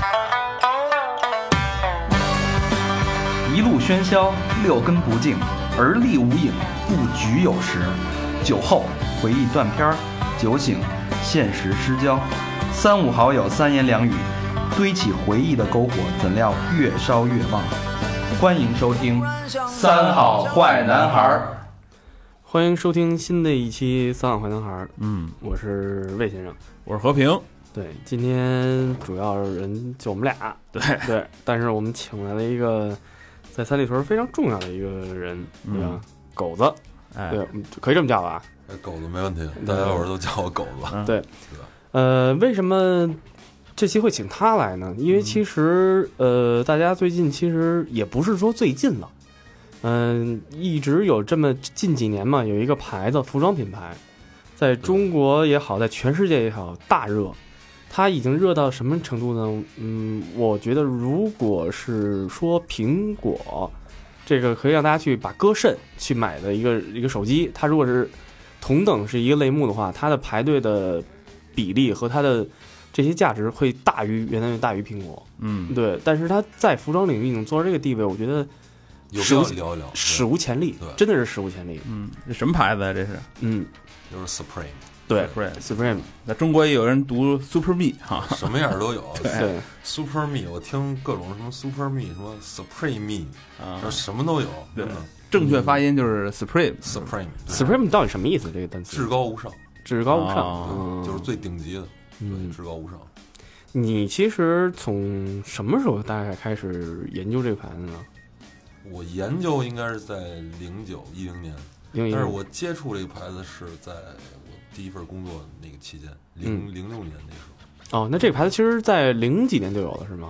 一路喧嚣，六根不净，而立无影，不局有时。酒后回忆断片儿，酒醒现实失焦。三五好友三言两语，堆起回忆的篝火，怎料越烧越旺。欢迎收听《三好坏男孩》。 欢迎收听新的一期《三好坏男孩》。我是魏先生， 我是和平。 对，今天主要人就我们俩。对，但是我们请来了一个在三里屯非常重要的一个人，对吧？狗子，对，可以这么叫吧？ 狗子没问题，大家伙都叫我狗子。 对，为什么这期会请他来呢？因为其实大家最近其实也不是说最近了，一直有这么近几年嘛，有一个牌子，服装品牌，在中国也好，在全世界也好，大热。它已经热到什么程度呢？我觉得如果是说苹果这个可以让大家去把割肾去买的一个手机，它如果是同等是一个类目的话，它的排队的比例和它的这些价值会远远大于苹果。对。但是它在服装领域已经做到这个地位，我觉得有必要聊一聊， 史无前例，真的是史无前例。 这什么牌子啊？这是？ 就是 Supreme。 对 ，Supreme， 在中国也有人读 Super Me 哈， 什么样都有。 对 ，Super Me， 我听各种什么 Super Me， 什么 Supreme Me， 什么都有。 对，正确发音就是 Supreme。Supreme 到底什么意思？这个单词？ 至高无上， 至高无上， 就是最顶级的，至高无上。 你其实从什么时候大概开始研究这个牌子呢？ 我研究应该是在0910年，但是我接触这个牌子是在第一份工作那个期间，06年那时候。 哦，那这个牌子其实在零几年就有了是吗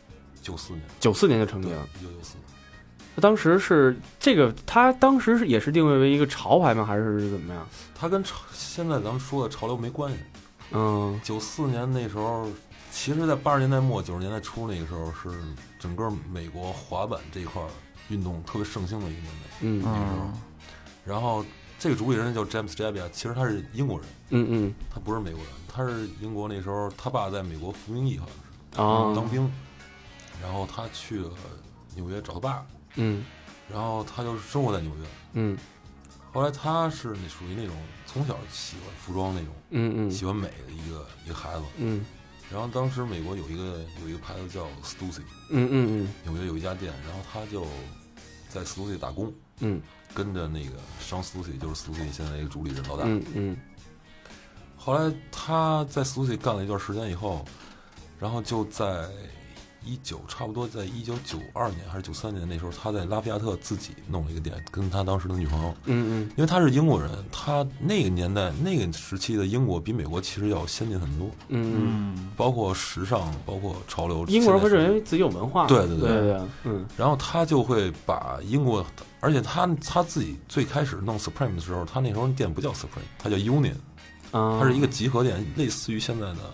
？94年就成立了。 1994年。 他当时是这个，他当时也是定位为一个潮牌吗？还是怎么样？ 他跟现在咱们说的潮流没关系。94年那时候，其实在80年代末90年代初那个时候，是整个美国滑板这一块运动特别盛行的一个年代。那个时候，然后这个主理人叫 James Jebbia， 其实他是英国人。他不是美国人，他是英国。那时候他爸在美国服兵役，好像是当兵，然后他去了纽约找他爸。然后他就生活在纽约。后来他是属于那种从小喜欢服装那种，喜欢美的一个孩子。然后当时美国有一个牌子叫 Stussy。纽约有一家店，然后他就在 Stussy 打工。跟着那个上 Stussy， 就是 Stussy 现在一个主理人老大。后来他在 Stussy 干了一段时间以后，然后就在差不多在1992年还是93年那时候，他在拉菲亚特自己弄了一个店，跟他当时的女朋友。因为他是英国人，他那个年代那个时期的英国比美国其实要先进很多。包括时尚，包括潮流。 英国人会认为自己有文化。 对。然后他就会把英国，而且他自己最开始弄 Supreme 的时候，他那时候店不叫 Supreme， 他叫 Union。它是一个集合店，类似于现在的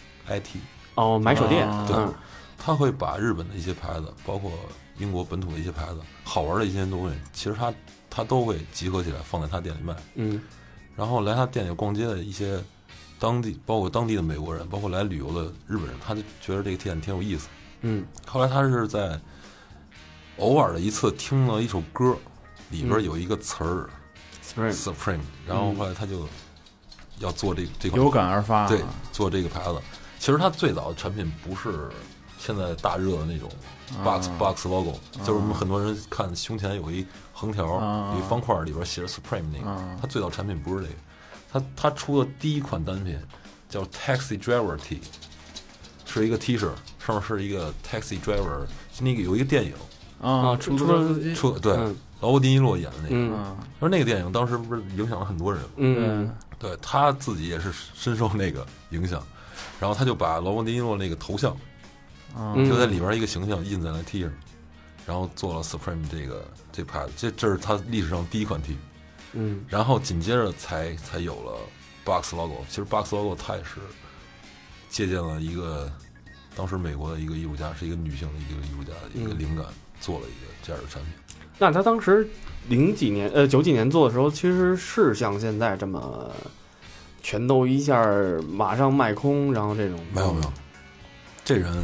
IT。 买手店。 对。他会把日本的一些牌子，包括英国本土的一些牌子，好玩的一些东西，其实他都会集合起来放在他店里卖。然后来他店里逛街的一些包括当地的美国人，包括来旅游的日本人，他就觉得这个店挺有意思。后来他是在偶尔的一次听了一首歌，里边有一个词儿，Supreme， 然后后来他就要做这款， 有感而发， 对，做这个牌子。其实他最早的产品不是现在大热的那种 box logo，就是我们很多人看胸前有一横条，有一方块，里边写着 Supreme 那个。他最早产品不是这个，他出的第一款单品叫 Taxi Driver T， 是一个 T 恤，上面是一个 Taxi Driver， 那个有一个电影出对，劳勃·迪尼洛演的那个。而那个电影当时不是影响了很多人。对，他自己也是深受那个影响，然后他就把劳勃·迪尼洛那个头像。就在里边一个形象印在了 T 上，然后做了 Supreme 这牌子，这是他历史上第一款 T。然后紧接着才有了 Box logo。其实 Box logo 它也是借鉴了一个当时美国的一个艺术家，是一个女性的一个艺术家的一个灵感，做了一个这样的产品。 那他当时90几年做的时候，其实是像现在这么全都一下马上卖空，然后这种没有，这人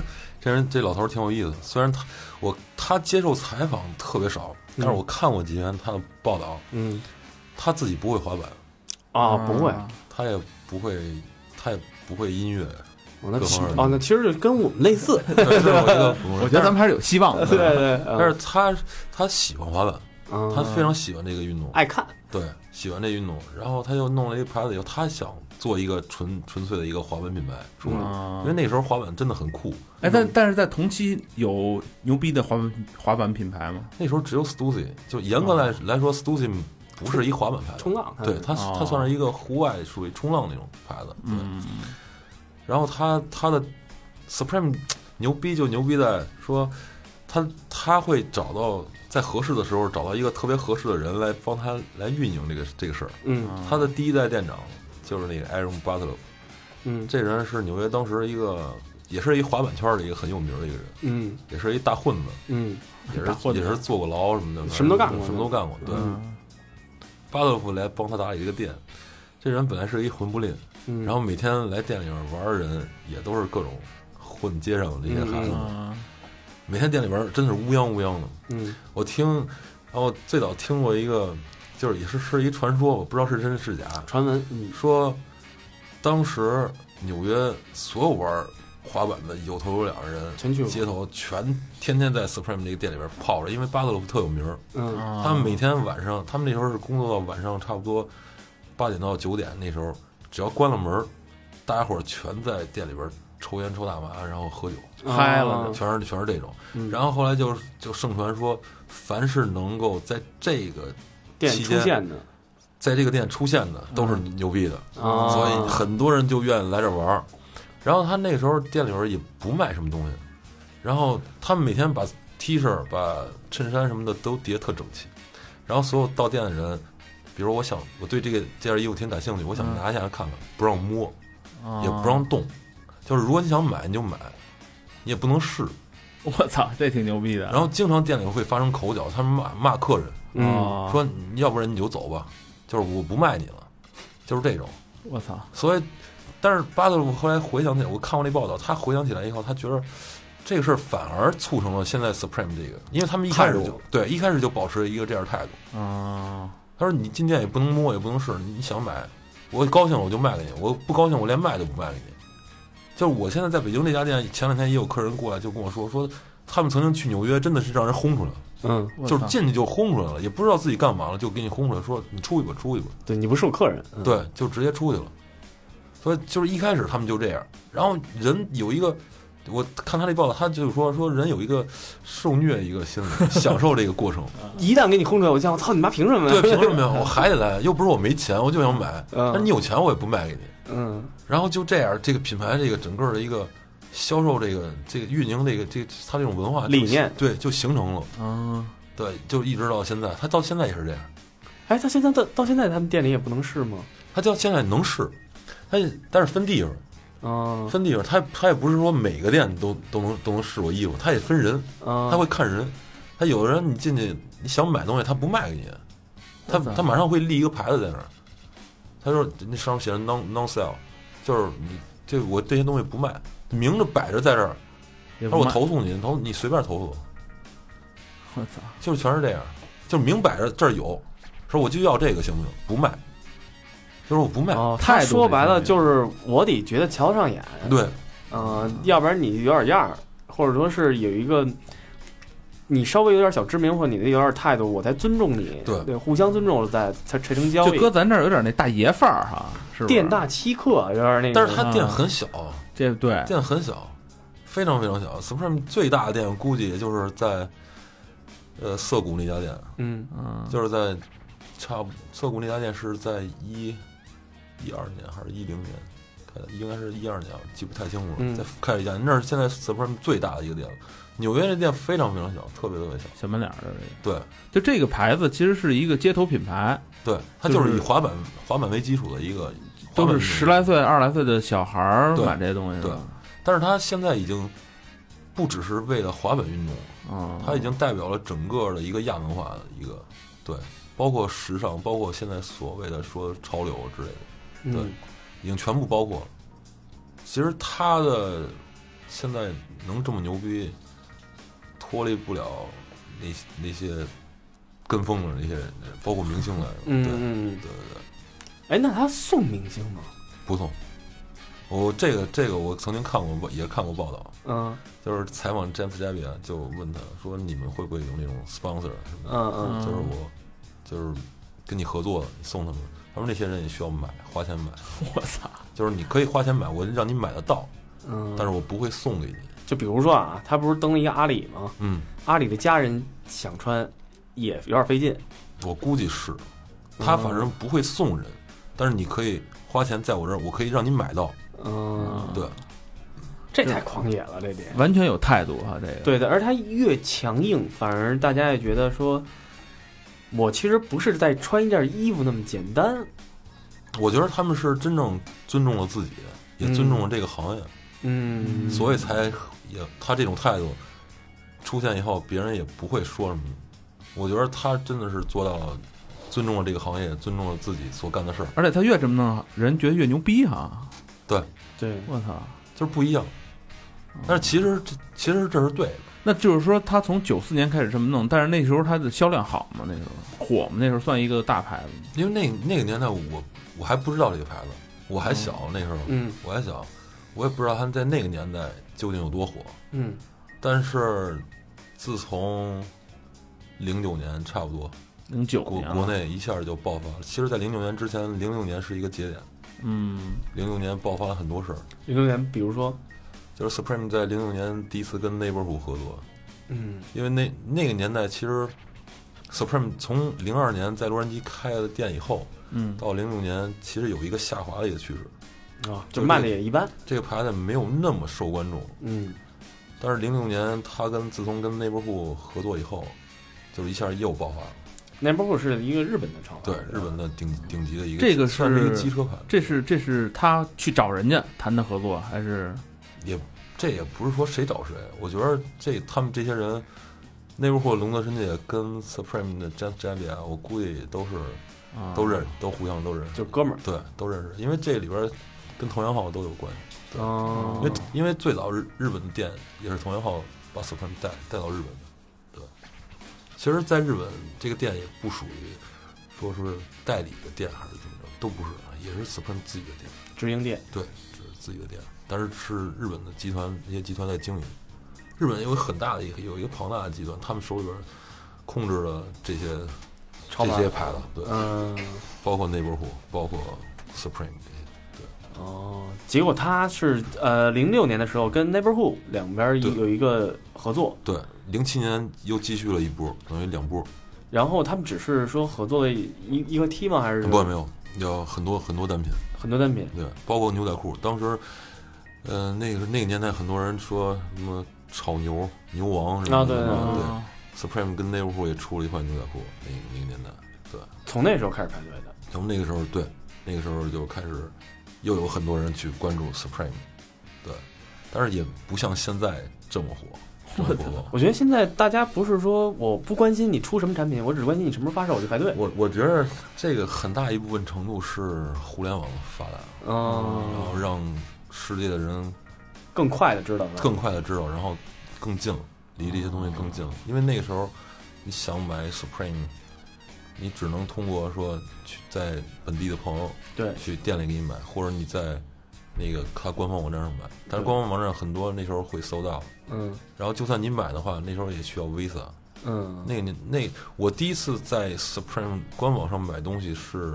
这老头挺有意思，虽然他接受采访特别少，但是我看过几篇他的报道，他自己不会滑板啊，不会， 他也不会音乐。 那其实就跟我们类似， 我觉得咱们还是有希望的。 对， 但是他喜欢滑板，他非常喜欢这个运动， 爱看， 对，喜欢这运动，然后他就弄了一个牌子以后，他想做一个纯粹的一个滑板品牌出来，因为那时候滑板真的很酷。 哎，但是在同期有牛逼的滑板品牌吗？ 那时候只有 Stussy， 就严格来说 ，Stussy 不是一滑板牌子， 冲浪， 对，它算是一个户外属于冲浪那种牌子，对。然后他的 Supreme 牛逼就牛逼在说，他会找到在合适的时候找到一个特别合适的人来帮他来运营这个事儿。他的第一代店长就是那个 Aaron Butler，这人是纽约当时也是一滑板圈的一个很有名的一个人，也是一大混子，也是坐过牢什么的， 什么都干过，对。巴特夫来帮他打理一个店，这人本来是一混不吝。然后每天来店里面玩的人也都是各种混街上的这些孩子，每天店里边真是乌泱乌泱的。我然后最早听过一个，就是也是一传说，我不知道是真是假。 传闻说，当时纽约所有玩滑板的有头有脸的人， 全去街头天天在 Supreme 这个店里边泡着，因为巴特洛夫特有名。他们每天晚上，他们那时候是工作到晚上差不多8点到9点，那时候。只要关了门，大家伙儿全在店里边抽烟抽大麻，然后喝酒嗨了， 全是这种。然后后来就盛传说，凡是能够在这个店出现的， 在这个店出现的都是牛逼的，所以很多人就愿意来这玩。然后他那个时候店里边也不卖什么东西，然后他们每天把 T 恤、把衬衫什么的都叠特整齐，然后所有到店的人。比如我对这件衣服挺感兴趣，我想拿下来看看，不让摸，也不让动，就是如果你想买你就买，你也不能试。 我操，这挺牛逼的。 然后经常店里会发生口角，他们骂客人，说要不然你就走吧，就是我不卖你了，就是这种。 我操！ 所以，但是巴特鲁后来回想起来，我看过那报道，他回想起来以后，他觉得这个事儿反而促成了现在 Supreme 这个，因为他们一开始就保持一个这样的态度。他说：“你进店也不能摸，也不能试，你想买，我高兴了我就卖给你，我不高兴我连卖都不卖给你。”就是我现在在北京这家店，前2天也有客人过来就跟我说，他们曾经去纽约真的是让人轰出来了，就是进去就轰出来了，也不知道自己干嘛了，就给你轰出来，说你出去吧，出去吧。 对你不是我客人， 对，就直接出去了。所以就是一开始他们就这样，然后人有一个。我看他那报道，他就是说人有一个受虐一个心理，享受这个过程。 一旦给你轰出来，我想我操你妈，凭什么呀？ 对，凭什么呀？我还得来，又不是我没钱，我就想买。但你有钱，我也不卖给你。然后就这样，这个品牌这个整个的一个销售，这个运营，他这种文化理念， 对，就形成了。对，就一直到现在，他到现在也是这样。 哎，他现在到现在，他们店里也不能试吗？ 他到现在能试，但是分地方。分地方，他也不是说每个店都能试我衣服，他也分人，他会看人，他有的人你进去你想买东西，他不卖给你，他马上会立一个牌子在那儿，他说那上面写着 non sell， 就是你我这些东西不卖，明着摆着在这儿，他说我投诉你随便投诉， 我操， 就是全是这样，就是明摆着这儿有，说我就要这个行不行？不卖。就是我不卖， 他说白了就是我得觉得瞧得上眼， 对， 要不然你有点样儿，或者说是有一个你稍微有点小知名，或者你的有点态度，我才尊重你，对，互相尊重了才成交易。 就搁咱这儿有点那大爷范儿哈，是吧？ 店大欺客有点那个， 但是他店很小， 对， 店很小，非常非常小。Supreme 最大的店估计也就是在涩谷那家店，就是在涩谷那家店是在12年还是10年开的，应该是12年，记不太清楚了。再开了一家，那是现在 Supreme 最大的一个店了。纽约这店非常非常小，特别特别小， 小门脸的。 对， 就这个牌子其实是一个街头品牌， 对，它就是以滑板为基础的一个， 都是10来岁、20来岁的小孩买这些东西。 对，但是它现在已经不只是为了滑板运动，它已经代表了整个的一个亚文化的一个，对，包括时尚，包括现在所谓的说潮流之类的。对，已经全部包括了。其实他的现在能这么牛逼，脱离不了那些跟风的那些人，包括明星来。对。 哎，那他送明星吗？ 不送。我这个我曾经看过，也看过报道。就是采访 James Jabbia 就问他说：“你们会不会有那种 sponsor 什么的？就是我就是跟你合作的，你送他们。他说那些人也需要花钱买。 我操！ 就是你可以花钱买，我让你买得到，但是我不会送给你。 就比如说啊，他不是登了一个阿里吗？阿里的家人想穿，也有点费劲。 我估计是，他反正不会送人，但是你可以花钱在我这儿，我可以让你买到。对。” 这太狂野了，这点完全有态度啊！这个对的，而他越强硬，反而大家也觉得说，我其实不是在穿一件衣服那么简单。 我觉得他们是真正尊重了自己，也尊重了这个行业，所以才他这种态度出现以后，别人也不会说什么。我觉得他真的是做到了尊重了这个行业，尊重了自己所干的事儿。 而且他越这么弄，人觉得越牛逼哈。 对， 我操， 就是不一样。但是其实这是对的。 那就是说，他从94年开始这么弄，但是那时候他的销量好吗？那时候火吗？那时候算一个大牌子。 因为那个年代我还不知道这个牌子，我还小，那时候我还小，我也不知道他在那个年代究竟有多火。但是自从09年差不多 09年国内一下就爆发了。其实，在09年之前，06年是一个节点。06年爆发了很多事儿。 06年，比如说。 就是 Supreme 在06年第一次跟 Neighborhood 合作，因为那个年代其实 Supreme 从02年在洛杉矶开了店以后，到06年其实有一个下滑的一个趋势， 就卖的也一般， 这个牌子没有那么受关注，但是06年他自从跟 Neighborhood 合作以后，就是一下又爆发了。 Neighborhood 是一个日本的厂牌， 对，日本的顶级的一个， 这个算是一个机车牌。 这是他去找人家谈的合作，还是？ 这也不是说谁找谁，我觉得他们这些人，Neighborhood龙德深介跟 Supreme 的 James Jabbia， 我估计都认识，都互相都认识， 就哥们儿，对， 都认识，因为这里边跟藤原浩都有关系。因为最早日本的店也是藤原浩把 Supreme 带到日本的。对，其实，在日本这个店也不属于说是代理的店还是怎么着，都不是，也是 Supreme 自己的店， 直营店。对， 是自己的店。但是日本的集团，那些集团在经营。日本有很大的有一个庞大的集团，他们手里边控制了这些牌子，对，包括 Neighborhood， 包括 Supreme 这些，对。 结果他是06年的时候跟 Neighborhood 两边有一个合作， 对，07年又继续了一波，等于2波。 然后他们只是说合作了一个 T 吗？还是不没有，有很多单品， 很多单品， 对，包括牛仔裤，当时。那个年代，很多人说什么炒牛王什么的，对 ，Supreme 跟 Neighborhood 也出了一款牛仔裤，那个年代，对， 从那时候开始排队的， 从那个时候，对，那个时候就开始又有很多人去关注 Supreme， 对，但是也不像现在这么火。 我觉得现在大家不是说我不关心你出什么产品，我只关心你什么时候发售，我就排队。 我觉得这个很大一部分程度是互联网发达，然后让世界的人更快的知道， 然后更近了，离这些东西更近了。因为那个时候，你想买 Supreme， 你只能通过说去在本地的朋友对去店里给你买，或者你在那个他官方网站上买。但是官方网站很多那时候会搜到，然后就算你买的话，那时候也需要 Visa，我第一次在 Supreme 官网上买东西是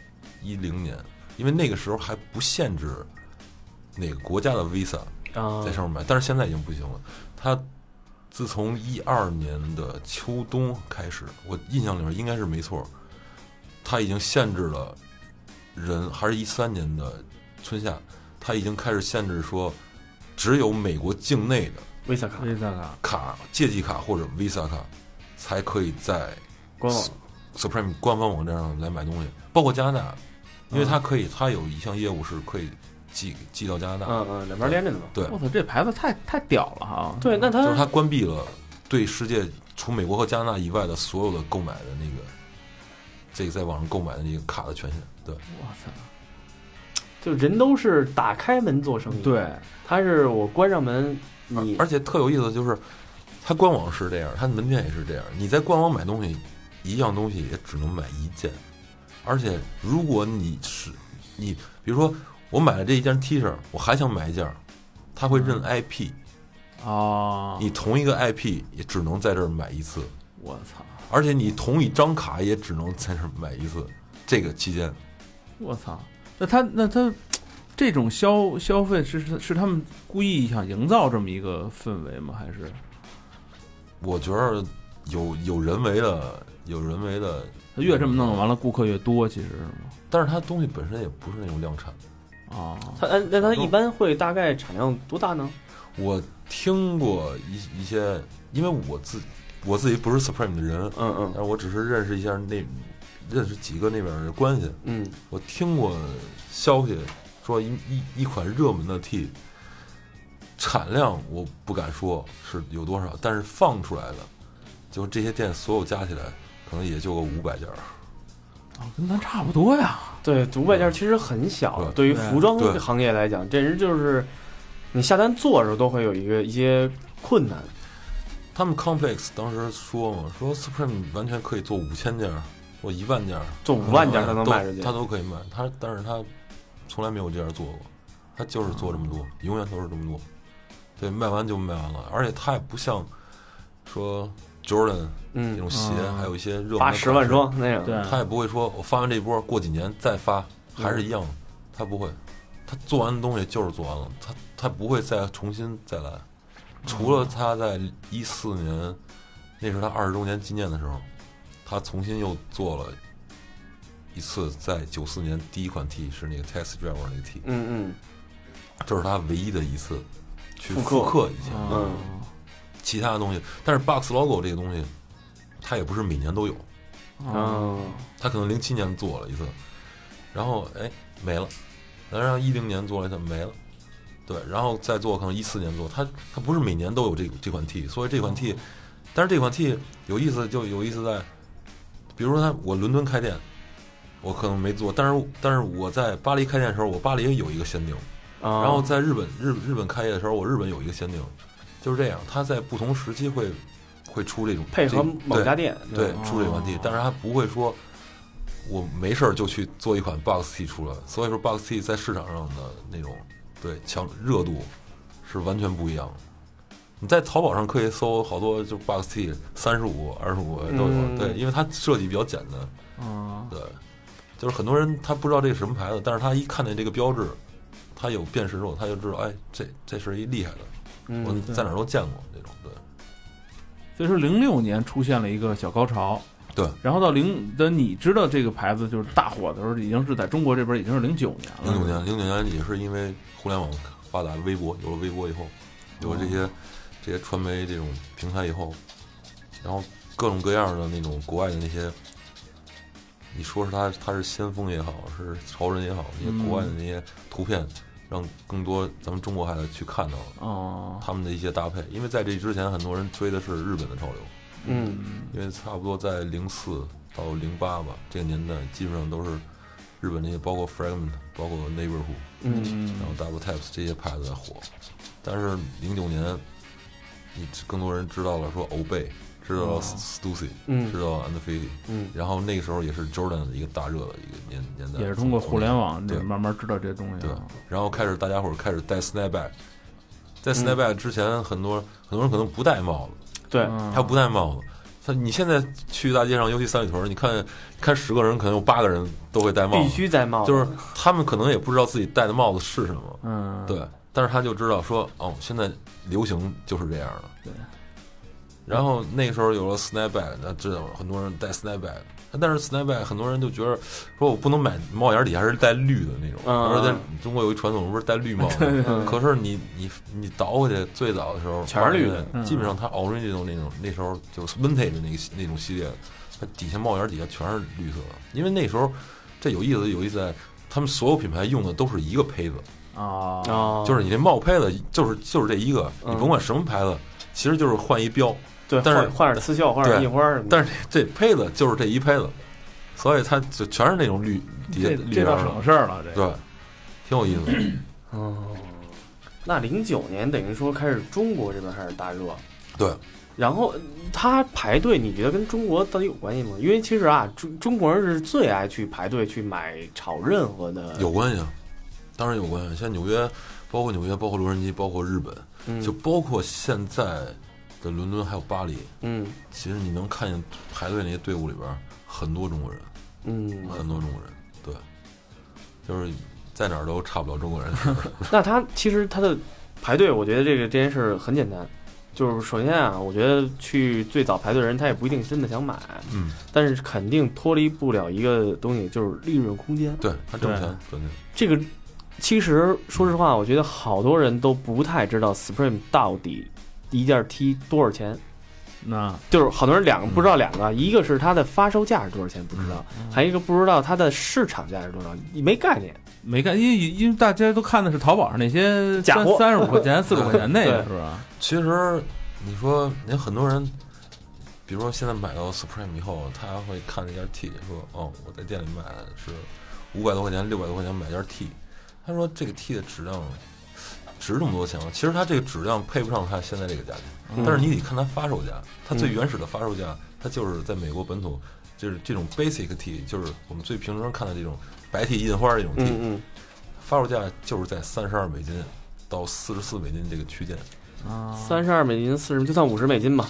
10年，因为那个时候还不限制。哪个国家的 Visa 在上面买，但是现在已经不行了。它自从12年的秋冬开始，我印象里面应该是没错，它已经限制了人，还是13年的春夏，它已经开始限制说，只有美国境内的 Visa 卡、借记卡或者 Visa 卡才可以在官网 Supreme 官方网站上来买东西，包括加拿大，因为它有一项业务是可以。寄到加拿大， 两边连着的嘛。 对， 我操，这牌子太屌了哈！ 对，那就是它关闭了对世界除美国和加拿大以外的所有的购买的这个在网上购买的那个卡的权限。对， 我操， 就人都是打开门做生意， 对， 他是我关上门， 而且特有意思就是，他官网是这样，他门店也是这样。你在官网买东西，一样东西也只能买一件，而且如果你比如说我买了这一件 T 恤，我还想买一件，他会认 IP。你同一个 IP 也只能在这儿买一次， 我操！ 而且你同一张卡也只能在这儿买一次，这个期间， 我操！那他这种消费是他们故意想营造这么一个氛围吗？还是？ 我觉得有人为的， 他越这么弄完了，顾客越多，其实是吗？ 但是他东西本身也不是那种量产那他一般会大概产量多大呢？ 我听过一些，因为我自己不是 Supreme 的人，但是我只是认识一下认识几个那边的关系，我听过消息说一款热门的 T 产量我不敢说是有多少，但是放出来的就这些店所有加起来可能也就个500件跟咱差不多呀。 对，500件其实很小，对于服装行业来讲，这人就是你下单做的时候都会有一些困难。 他们 Complex 当时说嘛，说 Supreme 完全可以做5000件，做1万件， 做5万件他能卖出去， 他都可以卖。但是他从来没有这样做过，他就是做这么多，永远都是这么多。对，卖完就卖完了，而且他也不像说 Jordan 这种鞋，还有一些热门发10万双那样， 他也不会说我发完这波过几年再发还是一样的，他不会，他做完的东西就是做完了，他不会再重新再来。除了他在14年，那是他20周年纪念的时候，他重新又做了一次，在94年第一款 T 是那个 Taxi Driver 那个 T，这是他唯一的一次去复刻以前，其他的东西，但是 Box Logo 这个东西，他也不是每年都有，他可能07年做了一次，然后没了，然后10年做了一次没了。对，然后再做可能14年做，它不是每年都有这款 T， 所以这款 T， 但是这款 T 有意思在，比如说我伦敦开店，我可能没做，但是我在巴黎开店的时候，我巴黎也有一个限定，然后在日本开业的时候，我日本有一个限定，就是这样，它在不同时期会出这种配合某家店对出这款 T， 但是它不会说我没事就去做一款 Box T 出来，所以说 Box T 在市场上的那种。对，热度是完全不一样的。你在淘宝上可以搜好多，就 Box T 35、25都有。对，因为它设计比较简单。对，就是很多人他不知道这是什么牌子，但是他一看见这个标志，他有辨识度，他就知道，这是一厉害的，我在哪儿都见过这种。对， 所以说06年出现了一个小高潮。 对， 然后到你知道这个牌子就是大火的时候，已经是在中国这边已经是09年了。 09年也是因为互联网发达，微博有了微博以后，有了这些传媒这种平台以后，然后各种各样的那种国外的那些，你说是他是先锋也好，是潮人也好，那些国外的那些图片，让更多咱们中国孩子去看到了他们的一些搭配，因为在这之前很多人追的是日本的潮流。因为差不多在04到08吧，这个年代基本上都是日本那些，包括 Fragment， 包括 Neighborhood，然后 Double Taps 这些牌子在火。但是09年，你更多人知道了说欧贝，知道了 Stussy，知道了 Undefeated，然后那个时候也是 Jordan 的一个大热的一个年代， 也是通过互联网慢慢知道这些东西。 对，然后大家伙开始戴 Snapback， 在 Snapback 之前，很多人可能不戴帽子。 对， 他不戴帽子。你现在去大街上，尤其三里屯，你看10个人，可能有8个人都会戴帽子， 必须戴帽子。 就是他们可能也不知道自己戴的帽子是什么，对，但是他就知道说，现在流行就是这样的。 对。 然后那个时候有了 Snapback， 那知道很多人戴 Snapback， 但是 Snapback 很多人就觉得说我不能买帽檐底下是戴绿的那种，而在中国有一传统不是戴绿帽子，可是你倒回去最早的时候全是绿的， 基本上它 Original 那时候就是 Vintage 那种系列，它底下帽檐底下全是绿色的，因为那时候这有意思在他们所有品牌用的都是一个胚子就是你这帽胚子就是这一个，你甭管什么牌子，其实就是换一标。 对， 但是换点刺绣，换点印花什么的。 但是这胚子就是这一胚子，所以它就全是那种绿底下绿。 这倒省事儿了。 对， 挺有意思的。 那09年等于说开始中国这边开始大热， 对。 然后他排队，你觉得跟中国到底有关系吗？因为其实啊，中国人是最爱去排队去买炒任何的。 有关系啊，当然有关系。像纽约，包括洛杉矶，包括日本，就包括现在的伦敦还有巴黎。其实你能看见排队那些队伍里边很多中国人，很多中国人，对，就是在哪儿都差不了中国人。 那其实他的排队，我觉得这件事很简单。就是首先啊，我觉得去最早排队的人，他也不一定真的想买，但是肯定脱离不了一个东西，就是利润空间。 对，他挣钱，挣钱。 这个其实说实话，我觉得好多人都不太知道 Supreme 到底一件 T 多少钱。 那就是好多人不知道两个，一个是它的发售价是多少钱不知道，还有一个不知道它的市场价是多少，没概念。 因为大家都看的是淘宝上那些假货 35块钱、40块钱那个是吧？ 其实你说，人很多人，比如说现在买到 Supreme 以后，他还会看那件 T， 说哦，我在店里买的是500多块钱、600多块钱买件 T， 他说这个 T 的质量值这么多钱吗？其实它这个质量配不上它现在这个价钱，但是你得看它发售价，它最原始的发售价，它就是在美国本土，就是这种 basic T， 就是我们最平常看的这种白 T 印花这种 T，发售价就是在32美金到44美金这个区间。 32美金、40就算50美金吧。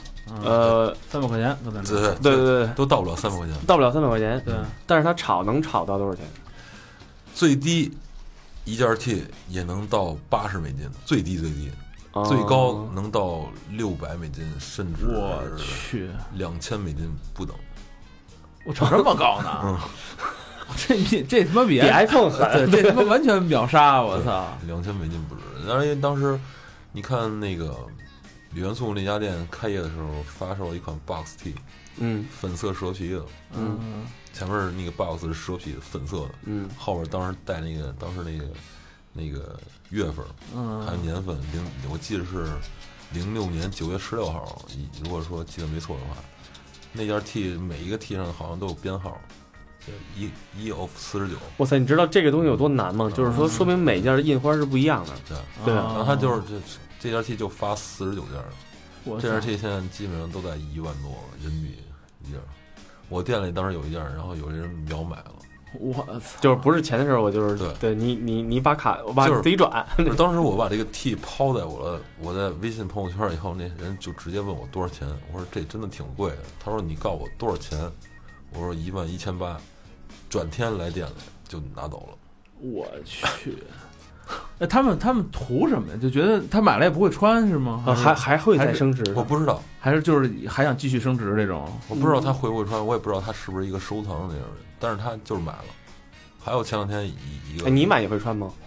300块钱， 对，都到不了300块钱， 到不了300块钱。 对， 但是它能炒到多少钱？ 最低一件 T 也能到80美金，最低，最高能到600美金，甚至我去 2000美金不等。 我炒这么高呢？这他妈比 iPhone 狠， 这他妈完全秒杀！我操 ，2000美金不止。因为当时你看那个李元素那家店开业的时候，发售了一款 Box T， 粉色蛇皮的，前面那个 Box 是蛇皮粉色的，后边当时带当时那个月份，还有年份，我记得是06年9月16号，如果说记得没错的话，那件 T 每一个 T 上好像都有编号。1of49。 哇塞，你知道这个东西有多难吗？就是说明每件印花是不一样的。对， 然后它就是这件 T 就发49件，这件 T 现在基本上都在1万多人民币一件。我店里当时有一件，然后有人秒买了。 我操！就是不是钱的时候，我就是对你把卡，我把自己转。 当时我把这个 T 抛在我在微信朋友圈以后，那人就直接问我多少钱。我说这真的挺贵的。他说你告诉我多少钱？我说11800。转天来店里就拿走了。 我去，那他们图什么呀？就觉得他买了也不会穿是吗？ 还会再升值？ 我不知道， 还是就是还想继续升值这种？ 我不知道他会不会穿，我也不知道他是不是一个收藏那种人，但是他就是买了。还有前两天一个， 你买也会穿吗？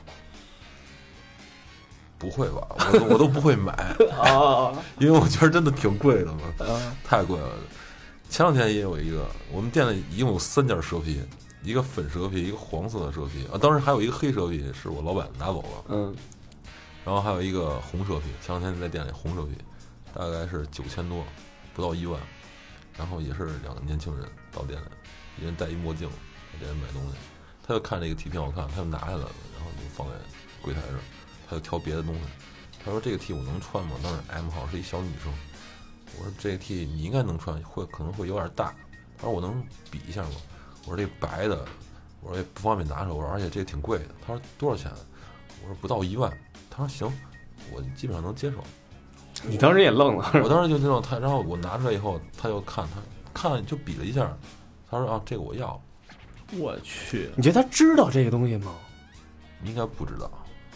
不会吧，我都不会买啊，因为我觉得真的挺贵的嘛，太贵了。前两天也有一个，我们店里一共有3件蛇皮。一个粉蛇皮，一个黄色的蛇皮啊，当时还有一个黑蛇皮是我老板拿走了，然后还有一个红蛇皮，前两天在店里红蛇皮，大概是9000多，不到1万，然后也是2个年轻人到店里，一人戴一墨镜，在店里买东西，他就看这个 T 挺好看，他就拿下来了，然后就放在柜台上，他就挑别的东西，他说这个 T 我能穿吗？当时 M 号是一小女生，我说这个 T 你应该能穿，可能会有点大，他说我能比一下吗？我说这白的，我说也不方便拿着，我说而且这个挺贵的。他说多少钱？我说不到1万。他说行，我基本上能接受。 你当时也愣了， 我当时就知道他，然后我拿出来以后，他就看就比了一下，他说啊这个我要。 我去， 你觉得他知道这个东西吗？ 应该不知道，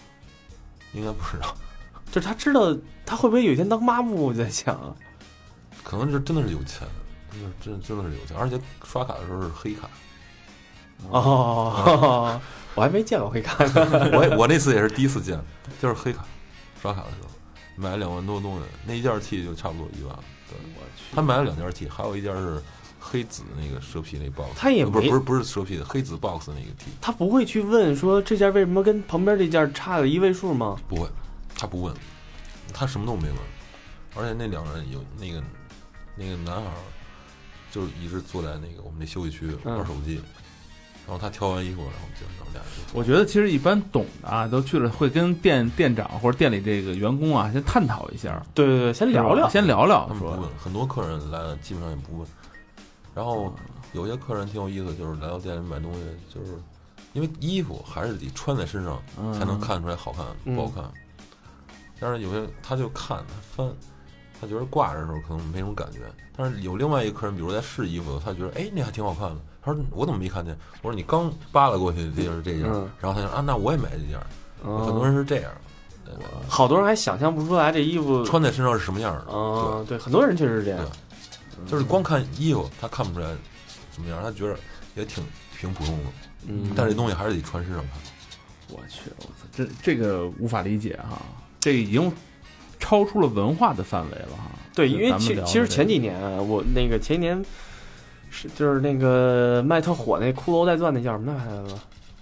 就是他知道，他会不会有一天当妈布？我在想， 可能是真的是有钱。真的是有钱，而且刷卡的时候是黑卡。 我还没见过黑卡。 我那次也是第一次见，就是黑卡刷卡的时候，买了2万多东西，那一件 T 就差不多1万。对， 我去， 他买了2件 T， 还有一件是黑紫那个蛇皮那 box， 他也不是蛇皮的黑紫 box 那个 T， 他不会去问说这件为什么跟旁边这件差了1位数吗？ 不会，他不问，他什么都没问，而且那2人有那个男孩。就是一直坐在那个我们那休息区玩手机， 然后他挑完衣服，然后就咱们俩就。 我觉得其实一般懂的啊，都去了会跟店长或者店里这个员工啊先探讨一下， 对对对，先聊聊， 先聊聊。 他们不问，很多客人来了基本上也不问。然后有些客人挺有意思，就是来到店里买东西，就是因为衣服还是得穿在身上才能看出来好看不好看。但是有些他就看他翻，他觉得挂着的时候可能没什么感觉。但是有另外一个客人，比如在试衣服，他觉得哎那还挺好看的。他说我怎么没看见？我说你刚扒拉过去的就是这件，然后他说啊那我也买这件。很多人是这样。 好多人还想象不出来这衣服穿在身上是什么样的。 对，很多人确实是这样。 就是光看衣服，他看不出来怎么样，他觉得也挺普通的。但这东西还是得穿身上看。 我去，这个无法理解哈，这已经超出了文化的范围了哈。 对，因为其实前几年我那个前一年就是那个卖特火那骷髅带钻那叫什么来着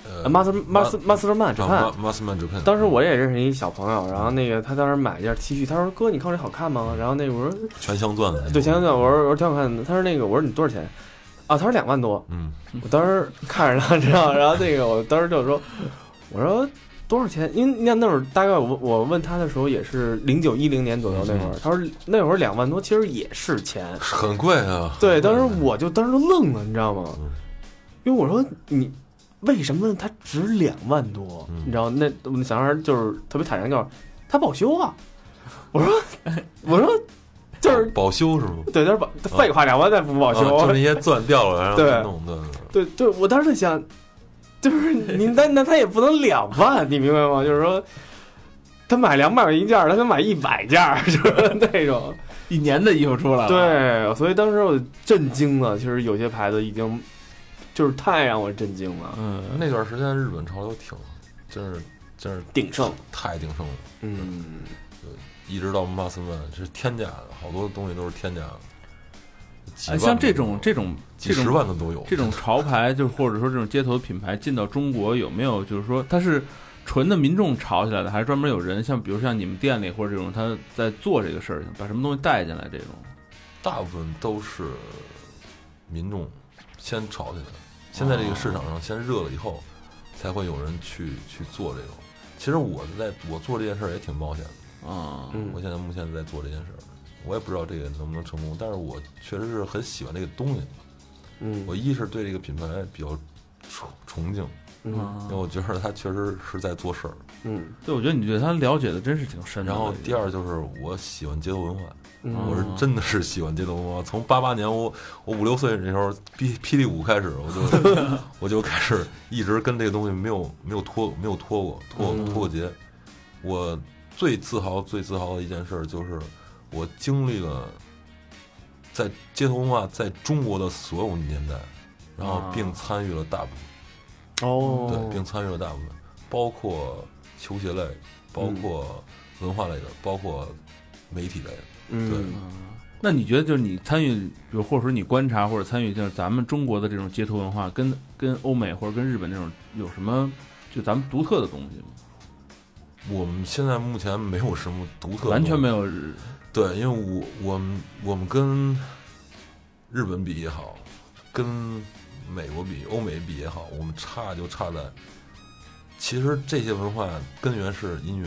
？Masterman Japan。当时我也认识一小朋友，然后那个他当时买一件 T 恤，他说哥你看这好看吗？然后那个我说全镶钻的， 对，全镶钻，我说挺好看的。他说那个我说你多少钱？啊，他说2万多。我当时看着他，知道，然后那个我当时就说，我说多少钱？因为那会儿大概我问他的时候也是0910年左右那会儿，他说那会儿2万多其实也是钱， 很贵啊。 对，当时我就当时愣了，你知道吗？因为我说你为什么它值2万多？你知道那我小孩就是特别坦然，告诉他保修啊。我说就是保修是吗？ 对，他说废话，2万再不保修， 就那些钻掉了，然后弄的。 对，我当时在想，就是您那他也不能2万，你明白吗？就是说，他买200一件，他能买100件，就是那种 1年的衣服出来了。 对，所以当时我震惊了。其实有些牌子已经就是太让我震惊了。 那段时间日本潮流真是鼎盛， 太鼎盛了。一直到Massman是天价的，好多东西都是天价的。 像这种几十万的都有。 这种潮牌，就是或者说这种街头品牌进到中国，有没有就是说它是纯的民众炒起来的，还是专门有人像比如像你们店里或者这种他在做这个事儿，把什么东西带进来这种？ 大部分都是民众先炒起来，现在这个市场上先热了以后，才会有人去做这种。其实我做这件事儿也挺冒险的。我现在目前在做这件事儿，我也不知道这个能不能成功，但是我确实是很喜欢这个东西。我一是对这个品牌比较崇敬，因为我觉得他确实是在做事儿。 对，我觉得你对他了解的真是挺深的。 然后第二就是我喜欢街头文化，我是真的是喜欢街头文化。从88年我5、6岁那时候霹雳舞开始，我就开始一直跟这个东西没有脱过节。我最自豪的一件事就是我经历了在街头文化在中国的所有年代，然后并参与了大部分。对，并参与了大部分，包括球鞋类，包括文化类的，包括媒体类的。对。 那你觉得就是你参与，比如或者说你观察或者参与，就是咱们中国的这种街头文化，跟欧美或者跟日本那种有什么就咱们独特的东西吗？ 我们现在目前没有什么独特的， 完全没有。 对，因为我们跟日本比也好，跟美国比、欧美比也好，我们差在，其实这些文化根源是音乐。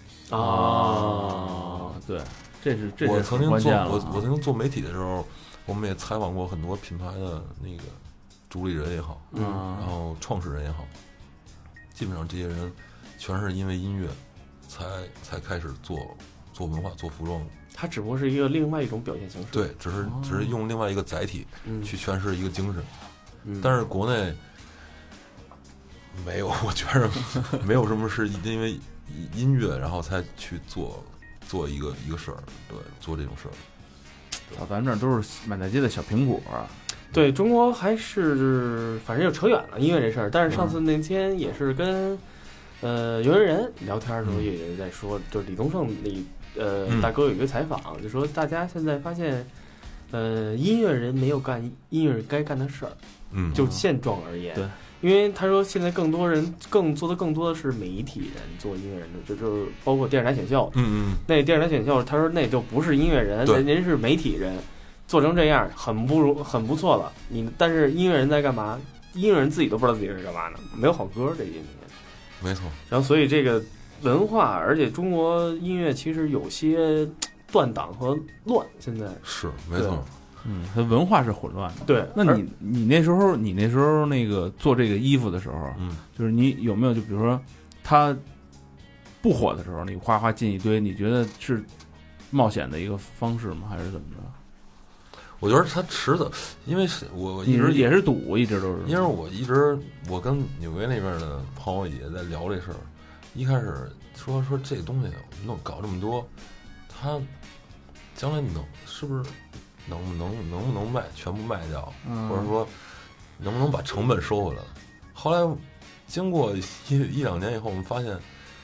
对，这是我曾经关键了。 我曾经做媒体的时候，我们也采访过很多品牌的那个主理人也好，然后创始人也好，基本上这些人全是因为音乐才开始做文化、做服装。 它只不过是另外一种表现形式。 对，只是用另外一个载体去诠释一个精神。但是国内没有，我觉着没有什么是因为音乐然后才去做一个事儿，对，做这种事儿。 咱们这儿都是满大街的小苹果。 对，中国还是反正又扯远了音乐这事儿。但是上次那天也是跟有些人聊天的时候也在说，就是李宗盛大哥有一个采访，就说大家现在发现，音乐人没有干音乐人该干的事儿，就现状而言， 对， 因为他说现在更多人做的更多的是媒体人做音乐人的，就是包括电视台选秀，那电视台选秀，他说那就不是音乐人，人是媒体人，做成这样很不错了。但是音乐人在干嘛？ 音乐人自己都不知道自己是干嘛的，没有好歌这一年。 没错。 然后所以这个文化，而且中国音乐其实有些断档和乱，现在是没错。 它文化是混乱的。 对， 那你那时候那个做这个衣服的时候，就是你有没有就比如说他不火的时候，你哗哗进一堆，你觉得是冒险的一个方式吗？还是怎么着？ 我觉得他迟早，因为我一直也是赌，一直都是。 因为我跟纽约那边的朋友也在聊这事儿，一开始说这东西搞这么多，他将来是不是能不能卖全部卖掉，或者说能不能把成本收回来？后来经过一两年以后，我们发现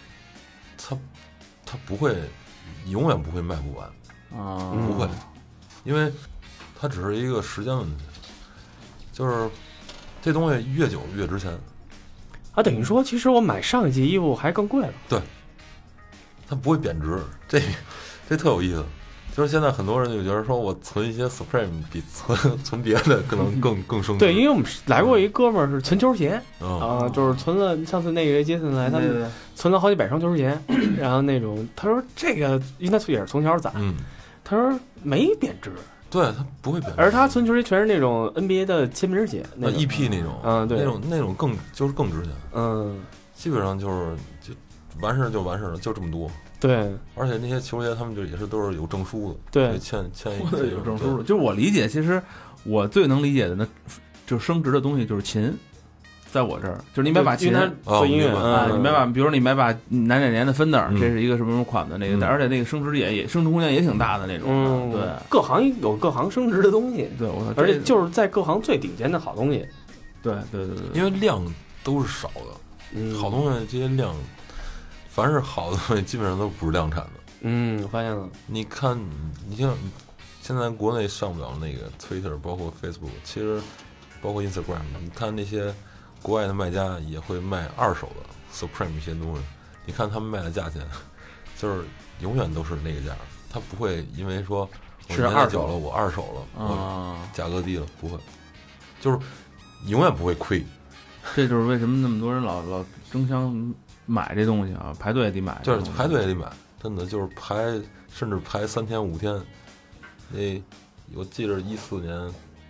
他不会，永远不会卖不完不会，因为它只是一个时间问题，就是这东西越久越值钱。 等于说其实我买上一季衣服还更贵了。对， 它不会贬值，这特有意思。就是现在很多人就觉得说我存一些 Supreme 比存别的可能更升值。 对，因为我们来过一哥们儿是存球鞋就是存了，上次那个杰森来，他们存了好几百双球鞋，然后那种他说这个应该也是从小攒，他说没贬值。 对，他不会贬值， 而他存球鞋全是那种 NBA 的签名鞋，那 EP 那种， 对， 那种更值钱，基本上就完事了，就这么多。 对， 而且那些球鞋他们都是有证书的， 对， 签有证书的。就是我理解，其实我最能理解的，那就是升值的东西就是琴。在我这儿，就是你买把琴做音乐你买把，比如你买把哪年的Fender，这是一个什么款的那个，而且那个升值也升值空间也挺大的那种。对， 各行有各行升值的东西。 对， 而且就是在各行最顶尖的好东西。 对， 因为量都是少的，好东西这些量，凡是好的东西基本上都不是量产的。 我发现了。 你看，你像现在国内上不了那个 Twitter， 包括 Facebook， 其实包括 Instagram， 你看那些国外的卖家也会卖二手的 Supreme 一些东西，你看他们卖的价钱，就是永远都是那个价，他不会因为说我年代久了我二手了，我价格低了，不会，就是永远不会亏。 这就是为什么那么多人老争相买这东西啊，排队也得买， 就是排队也得买，真的就是甚至排3天5天。我记着14年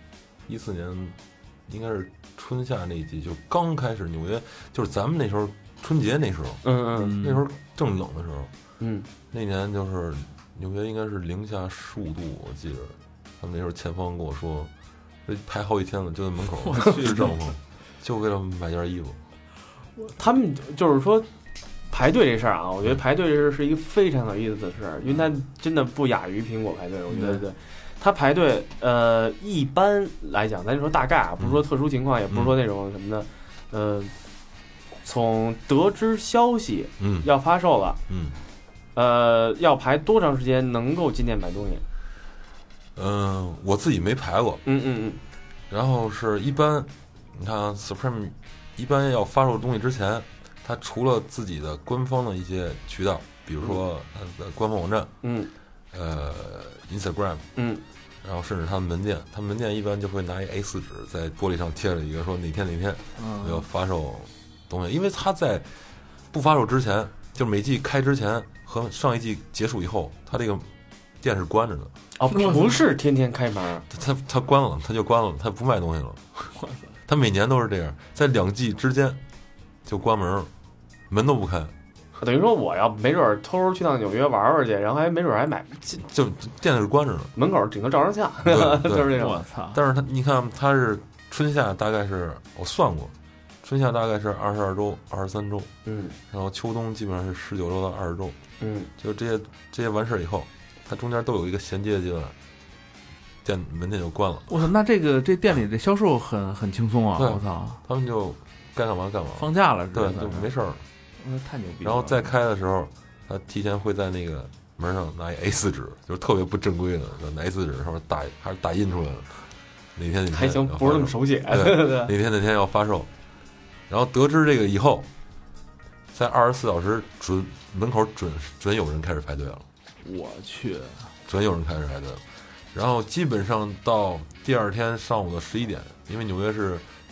应该是春夏那一季，就刚开始纽约，就是咱们那时候春节那时候，那时候正冷的时候，那年就是纽约应该是零下15度，我记着，他们那时候前方跟我说，排好几天了，就在门口支帐篷，就为了买件衣服。 他们就是说排队这事儿啊，我觉得排队这事儿是一个非常有意思的事儿，因为它真的不亚于苹果排队，我觉得对。他排队，一般来讲，咱就说大概啊，不是说特殊情况，也不是说那种什么的，从得知消息，要发售了，要排多长时间能够进店买东西？ 我自己没排过，然后是一般，你看 Supreme 一般要发售东西之前，它除了自己的官方的一些渠道，比如说它的官方网站，Instagram，然后甚至他们门店，他们门店一般就会拿一 A4 纸在玻璃上贴了一个说哪天我要发售东西，因为他在不发售之前，就每季开之前和上一季结束以后，他这个店是关着的。 不是天天开门， 他关了，他就关了，他不卖东西了。他每年都是这样，在2季之间就关门，门都不开。 等于说我要没准偷偷去到纽约玩去，然后还没准还买， 就店是关着的， 门口顶多照张相，就是这种。 我操！ 但是你看他是春夏大概是我算过，春夏大概是22周、23周，然后秋冬基本上是19周到20周，就这些完事以后，它中间都有一个衔接的阶段，门店就关了。 我操！那这店里的销售很轻松啊！我操！ 他们就该干嘛干嘛， 放假了， 对，就没事儿。 太牛逼了！ 然后再开的时候，他提前会在那个门上拿一 A4 纸，就是特别不正规的，拿 A4 纸上面还是打印出来的。哪天还行，不是那么手写。 哪天要发售，然后得知这个以后，在24小时门口准有人开始排队了。 我去， 准有人开始排队了。然后基本上到第二天上午的11点，因为纽约是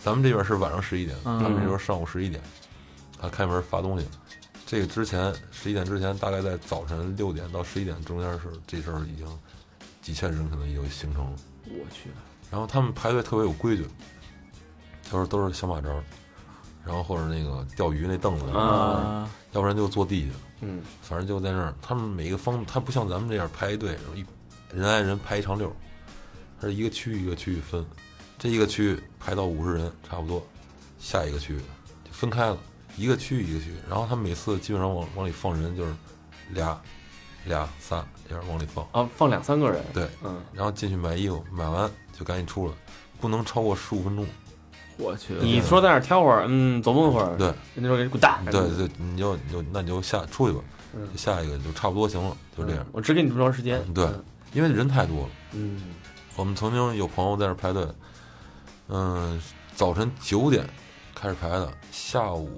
咱们这边是晚上11点，他们这边上午11点，他开门发东西。这个之前11点之前，大概在早晨6点到11点中间是这事儿已经几千人可能已经形成了。 我去！ 然后他们排队特别有规矩，就是都是小马扎，然后或者那个钓鱼那凳子要不然就坐地下，反正就在那儿。他们每个方，他不像咱们这样排一队，然后人挨人排一长溜，它是一个区域一个区域分，这一个区域排到50人差不多，下一个区域就分开了。一个区域一个区域，然后他每次基本上往里放人就是俩仨这样往里放啊，放2、3个人， 对，然后进去买衣服，买完就赶紧出来，不能超过15分钟。 我去， 你说在那儿挑会儿，走动会儿， 对， 那时候给你滚蛋， 对，你就出去吧，下一个就差不多行了，就这样。 我只给你这么长时间， 对，因为人太多了。我们曾经有朋友在那排队，早晨9点开始排的，下午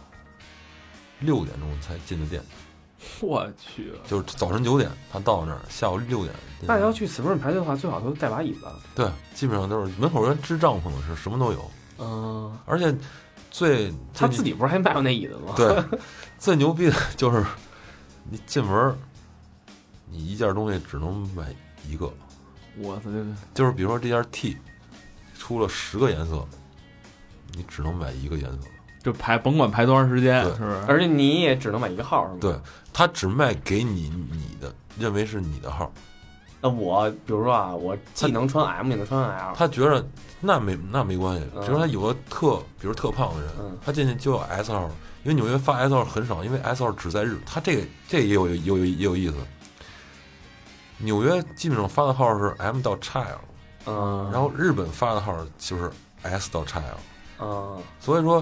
6点钟才进的店。 我去， 就是早晨9点他到那儿，下午6点。 那要去 Spring 排队的话，最好都带把椅子。 对，基本上都是门口人支帐篷的，是什么都有。而且他自己不是还卖过那椅子吗？ 对，最牛逼的就是你进门，你一件东西只能买一个。 我操！ 就是比如说这件 T 出了10个颜色，你只能买一个颜色。 就甭管排多长时间，是不是？ 而且你也只能买一个号，是吗？ 对，他只卖给你的，认为是你的号。 那我比如说啊，我既能穿 M 也能穿 L， 他觉得那没关系。比如他有个比如特胖的人，他进去就要 S 号，因为纽约发 S 号很少，因为 S 号只在日。他这也有意思。纽约基本上发的号是 M 到 XL，然后日本发的号就是 S 到 XL，所以说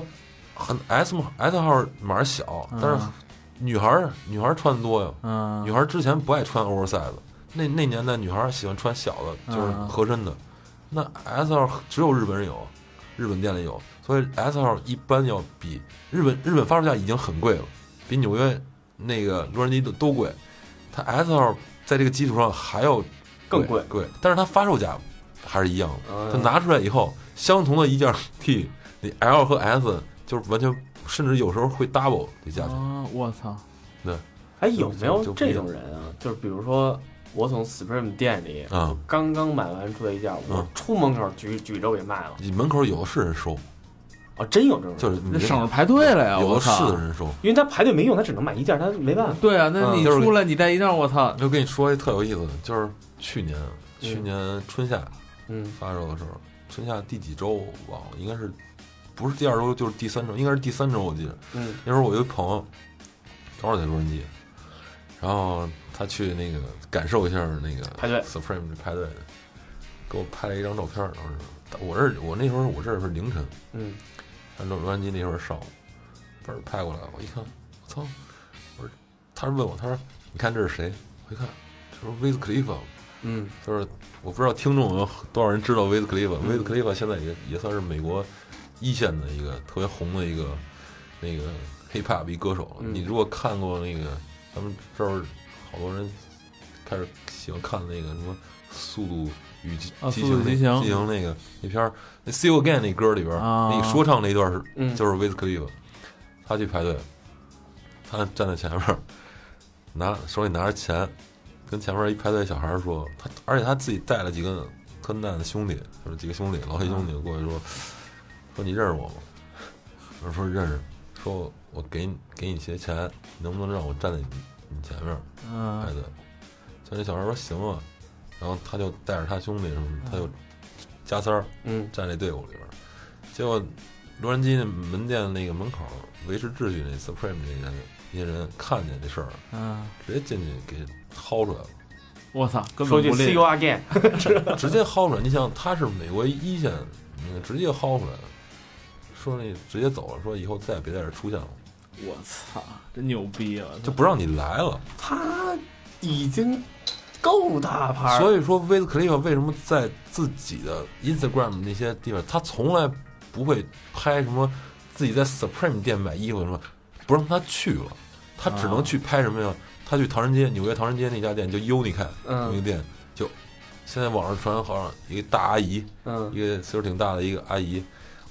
S 号码小，但是女孩穿的多呀，女孩之前不爱穿 oversize， 那年代女孩喜欢穿小的，就是合身的，那 S 号只有日本人有，日本店里有，所以 S 号一般要比日本发售价已经很贵了，比纽约那个洛杉矶都贵，它 S 号在这个基础上还要更贵， 但是它发售价还是一样的。它拿出来以后，相同的一件 T， 你 L 和 S 就是完全，甚至有时候会 double 这价钱。 我操！ 对， 哎，有没有这种人啊？就是比如说，我从 Supreme 店里刚刚买完出来一件，我出门口举着给卖了。 你门口有的是人收。 哦，真有这种人， 就是那省着排队了呀！ 有的是的人收， 因为他排队没用，他只能买一件，他没办法。 对啊，那你出来你带一件，我操！ 就跟你说一特有意思的，就是去年春夏，发售的时候，春夏第几周忘了，应该是不是第2周就是第3周，应该是第3周我记得。那时候我有一朋友正好在洛杉矶，然后他去那个感受一下那个排队 Supreme 的排队，给我拍了一张照片，当时我那时候我这是凌晨，按照洛杉矶那会儿上午，把拍过来，我一看，我操！我说，他问我，他说：“你看这是谁？”我一看，他说：“威斯克利夫。”就是我不知道听众有多少人知道威斯克利夫。威斯克利夫现在也算是美国一线的一个特别红的一个那个 hip hop 一歌手了。你如果看过那个，咱们这儿好多人开始喜欢看那个什么《速度与激情》那片儿，那 See You Again 那歌里边，那个说唱那段就是威斯克利夫，他去排队，他站在前面，手里拿着钱，跟前面一排队小孩说，而且他自己带了几个特难的兄弟，就是几个兄弟老黑兄弟过去说你认识我吗？我说认识，说我给你些钱，你能不能让我站在你前面排队？所以那小孩说行啊。然后他就带着他兄弟什么，他就加塞儿，站这队伍里边。结果洛杉矶那门店那个门口维持秩序那 Supreme 那些人看见这事儿，直接进去给薅出来了。 我操！ 说句 See you again， 直接薅出来。你想他是美国一线，直接薅出来了，说那直接走了，说以后再也别在这出现了。 我操，真牛逼啊！ 就不让你来了。 他已经够大牌， 所以说威斯克利夫为什么在自己的 Instagram 那些地方，他从来不会拍什么自己在 Supreme 店买衣服什么，不让他去了，他只能去拍什么呀？他去唐人街，纽约唐人街那家店叫 Uniqlo 那个店，就现在网上传好像一个大阿姨，一个岁数挺大的一个阿姨，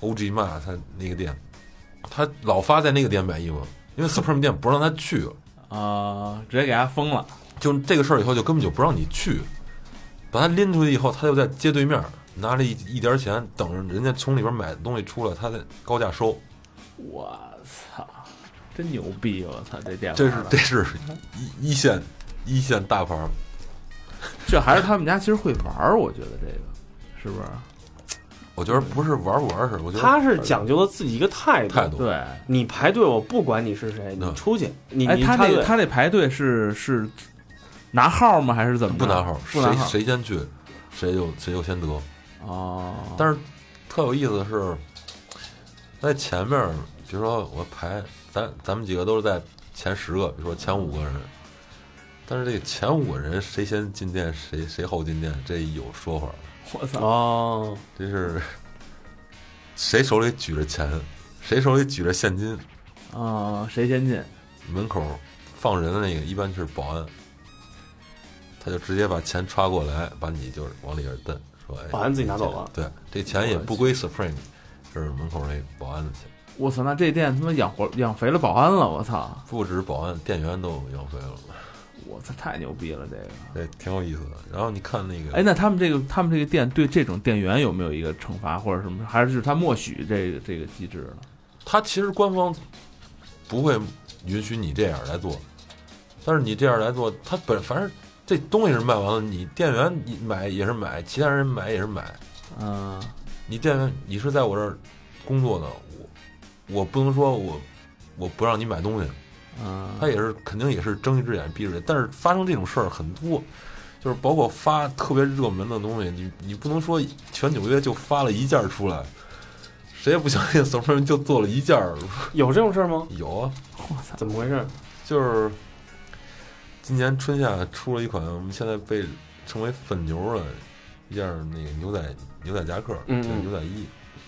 OG 骂他那个店，他老发在那个店买衣服，因为 Supreme 店不让他去直接给他封了。 就这个事儿以后就根本就不让你去，把他拎出去以后，他就在街对面拿着一点钱，等着人家从里边买东西出来，他再高价收。 我操，真牛逼！我操，这店这是一线大牌。 这还是他们家其实会玩，我觉得这个是不是？ 我觉得不是玩不玩事，我觉得他是讲究了自己一个态度。 对， 你排队，我不管你是谁，你出去。 他那排队是拿号吗？还是怎么？ 不拿号，谁先去，谁就先得。哦。但是特有意思的是，在前面，比如说我排，咱们几个都是在前10个，比如说前5个人。但是这个前5个人谁先进店，谁后进店，这有说法。 我操！ 哦， 这是谁手里举着钱，谁手里举着现金谁先进？ 门口放人的那个一般是保安，他就直接把钱插过来，把你就往里边蹬，说保安自己拿走了。 对，这钱也不归 Supreme， 这是门口那保安的钱。 我操，那这店他妈养肥了保安了，我操！ 不止保安，店员都养肥了。 我操，太牛逼了， 这挺有意思的。然后你看那个， 那他们这个店对这种店员有没有一个惩罚或者什么，还是他默许这个机制呢？ 他其实官方不会允许你这样来做，但是你这样来做，他反正这东西是卖完了，你店员你买也是买，其他人买也是买。你店员你是在我这儿工作的，我不能说我不让你买东西。他也是肯定也是睁一只眼闭一只眼，但是发生这种事儿很多，就是包括发特别热门的东西，你不能说全纽约就发了一件出来，谁也不相信什么人就做了一件。 有这种事儿吗？ 有啊。 我操，怎么回事？ 就是今年春夏出了一款我们现在被称为粉牛的一件那个牛仔夹克，牛仔衣。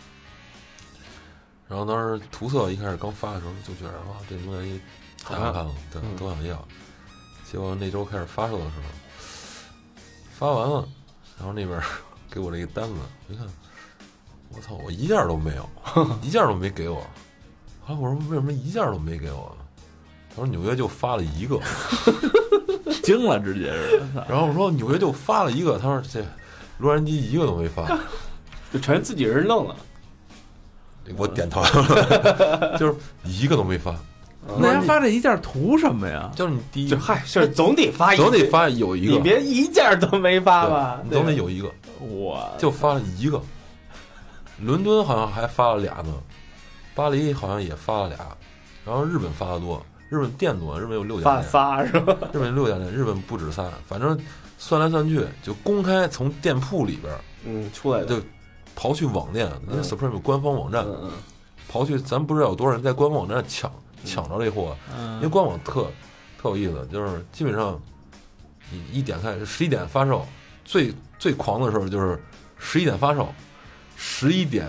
然后当时涂色一开始刚发的时候就觉得哇，这牛仔衣太好看了，对，都想要。结果那周开始发售的时候，发完了，然后那边给我这个单子，一看，我操，我一件都没有，一件都没给我。后来我说为什么一件都没给我？他说纽约就发了一个， 惊了，直接是。 然后我说纽约就发了一个，他说这洛杉矶一个都没发， 就全自己人弄了。 我点头了，就是一个都没发。 那人发这一件图什么呀？ 就是你第一， 是总得发， 总得发有一个， 你别一件都没发吧？ 你总得有一个。 我就发了一个，伦敦好像还发了俩呢，巴黎好像也发了俩，然后日本发的多，日本店多，日本有6家店， 仨是吧？ 日本6家店，日本不止仨，反正算来算去，就公开从店铺里边出来的， 就跑去网店，因为 Supreme 有官方网站，跑去，咱不知道有多少人在官方网站抢着这货，因为官网特有意思，就是基本上你一点开11点发售，最狂的时候就是11点发售，11点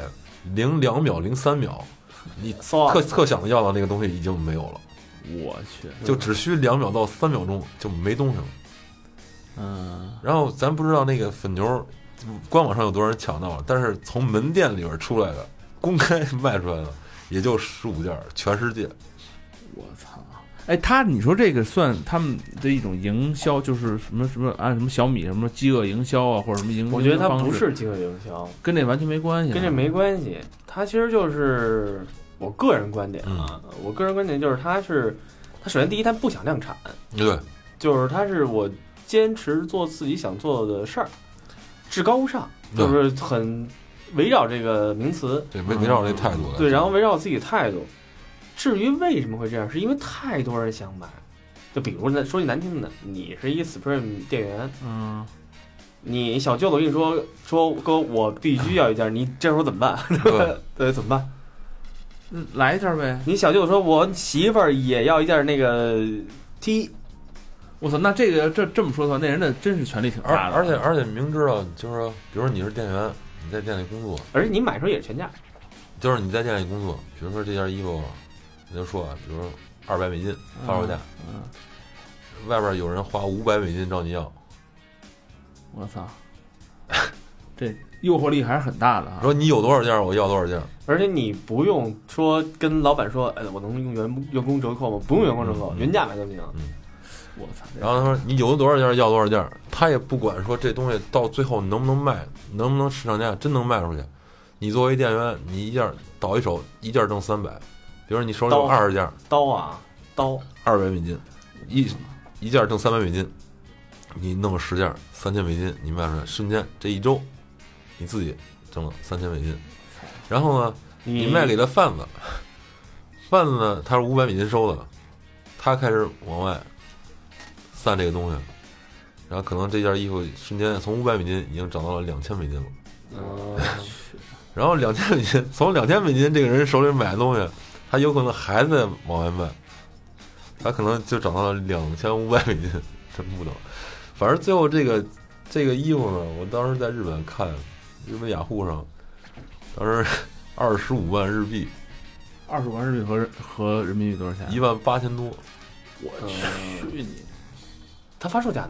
02秒03秒，你特想要到那个东西已经没有了， 我去， 就只需2秒到3秒钟就没东西了。然后咱不知道那个粉牛官网上有多少人抢到了，但是从门店里边出来的公开卖出来的也就15件，全世界。 我操！你说这个算他们的一种营销，就是什么按什么小米什么饥饿营销啊，或者什么营销？ 我觉得它不是饥饿营销， 跟这完全没关系。 跟这没关系，它其实就是我个人观点啊。我个人观点就是，它首先第一，它不想量产， 对， 就是它是我坚持做自己想做的事儿，至高无上，就是很围绕这个名词， 对，围绕这态度的， 对，然后围绕自己的态度。至于为什么会这样，是因为太多人想买。就比如说句难听的，你是一 Supreme 店员，你小舅子我跟你说哥，我必须要一件，你这时候怎么办？对，怎么办？ 来一件呗。 你小舅子说我媳妇儿也要一件那个 T， 我操，那这么说的话，那人的真是权力挺大的。 而且明知道，就是说，比如说你是店员，你在店里工作， 而且你买的时候也是全价， 就是你在店里工作，比如说这件衣服。你就说啊，比如说200美金发售价，外边有人花500美金找你要， 我操！ 这诱惑力还是很大的啊。 说你有多少件，我要多少件， 而且你不用说跟老板说，我能用员工折扣吗？不用员工折扣，原价买都行。 我操！ 然后他说你有多少件要多少件，他也不管说这东西到最后能不能卖，能不能市场价真能卖出去。你作为店员，你一件倒一手，一件挣300，比如说你手里有20件， 刀 200美金，一件挣300美金，你弄个10件，3000美金，你卖出来，瞬间这一周，你自己挣了3000美金。然后呢，你卖给了贩子呢，他是500美金收的，他开始往外散这个东西，然后可能这件衣服瞬间从500美金已经涨到了2000美金了。然后2000美金，从2000美金这个人手里买的东西，他有可能还在往外卖，他可能就涨到了2500美金，真不懂。反正最后这个衣服呢，我当时在日本看，日本雅虎上，当时25万日币 ，25万日币和人民币多少钱 ？18000多。 我去你！ 他发售价呢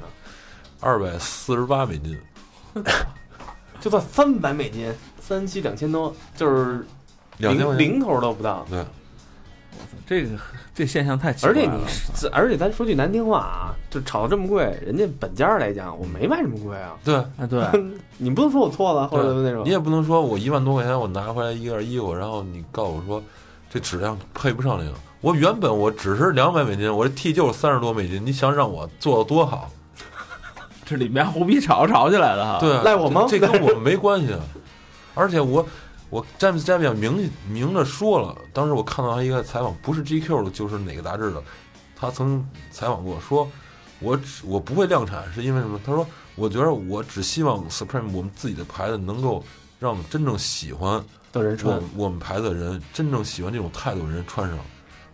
？248美金， 就算300美金，37200多，就是零头都不到。 对， 这现象太奇怪了。 而且咱说句难听话啊，就炒到这么贵，人家本家来讲，我没卖这么贵啊。 对， 对， 你不能说我错了，或者那种。 你也不能说我1万多块钱我拿回来一件衣服，然后你告诉我说这质量配不上这个。我原本我只是200美金，我这 T 就是30多美金，你想让我做的多好？ 这里面胡逼吵起来了哈。 对啊， 赖我吗？ 这跟我们没关系啊。而且我詹姆斯明着说了，当时我看到他一个采访，不是 GQ 的，就是哪个杂志的，他曾采访过，说我不会量产是因为什么？他说我觉得我只希望 Supreme 我们自己的牌子能够让真正喜欢的人穿， 我们牌子的人真正喜欢这种态度的人穿上。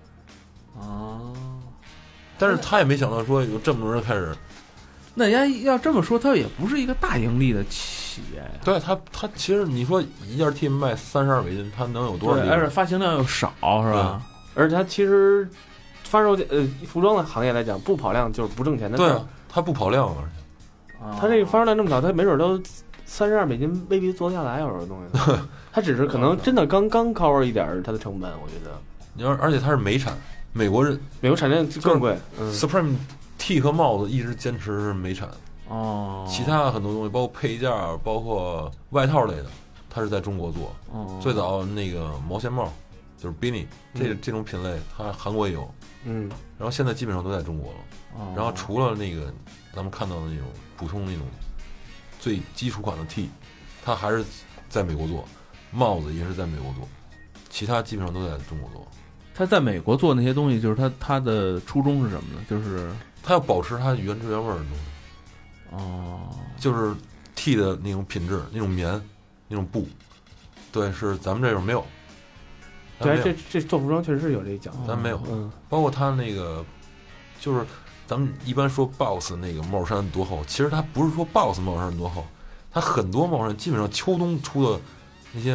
但是他也没想到说有这么多人开始。 那人家要这么说，他也不是一个大盈利的企业呀。 对，他其实你说一件 T 卖32美金，他能有多少利润？ 而且发行量又少，是吧？ 而且他其实发售服装的行业来讲，不跑量就是不挣钱的事。 对，他不跑量啊。他这个发售量这么少，他没准都32美金未必做得下来，有时候东西。他只是可能真的刚 cover 一点他的成本，我觉得。 而且他是美产，美国产量更贵。 Supreme T 和帽子一直坚持是美产。其他很多东西，包括配件，包括外套类的，它是在中国做。最早那个毛线帽就是 beanie 这种品类，它韩国也有。然后现在基本上都在中国了。然后除了那个咱们看到的那种普通那种最基础款的 T， 它还是在美国做，帽子也是在美国做，其他基本上都在中国做。 他在美国做那些东西，就是他的初衷是什么呢？就是他要保持他原汁原味的东西。就是 T 的那种品质，那种棉，那种布，对，是咱们这种没有。 对，这做服装确实是有这讲究， 咱没有。包括他那个，就是咱们一般说 Boss 那个帽衫多厚，其实他不是说 Boss 帽衫多厚，他很多帽衫基本上秋冬出的那些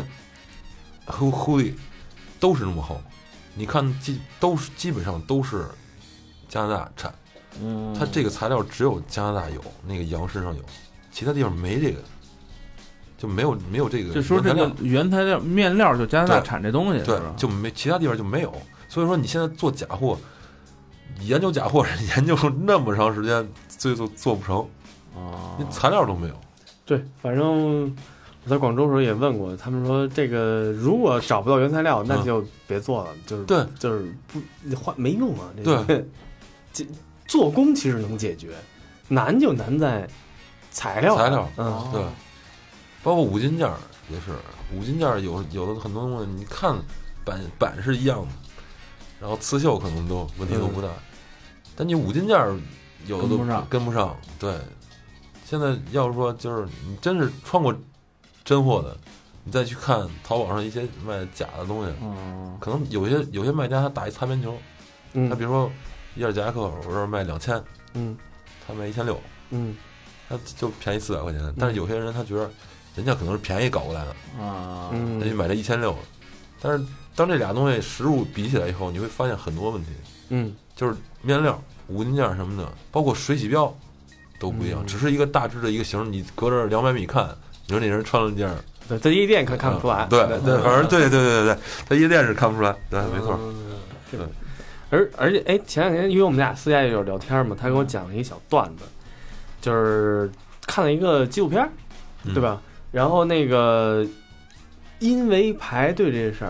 hoodie 都是那么厚。你看，基本上都是加拿大产。它这个材料只有加拿大有，那个羊身上有，其他地方没这个，就没有这个。 就说这个原材料面料就加拿大产这东西， 对，就没其他地方就没有。所以说你现在做假货，研究假货研究那么长时间，最后做不成，你材料都没有。 对，反正我在广州的时候也问过，他们说这个如果找不到原材料，那就别做了，就是对， 就是不换没用啊。 对， 做工其实能解决，难就难在材料。 对，包括五金件也是，五金件有的很多东西，你看板是一样的，然后刺绣可能都问题都不大，但你五金件有的都跟不上。对，现在要是说就是你真是穿过真货的，你再去看淘宝上一些卖假的东西，可能有些卖家他打一擦边球，他比如说一件夹克我这儿卖2000，他卖1600，他就便宜400块钱。但是有些人他觉得人家可能是便宜搞过来的他就买这1600。但是当这俩东西实物比起来以后，你会发现很多问题。就是面料、五金件什么的，包括水洗标都不一样，只是一个大致的一个型，你隔着200米看你说那人穿了件， 对，在夜店看不出来， 对，反正对，在夜店是看不出来，对，没错。对， 而且前两天因为我们俩私下也有聊天嘛，他跟我讲了一个小段子，就是看了一个纪录片，对吧？然后那个因为排队这事儿，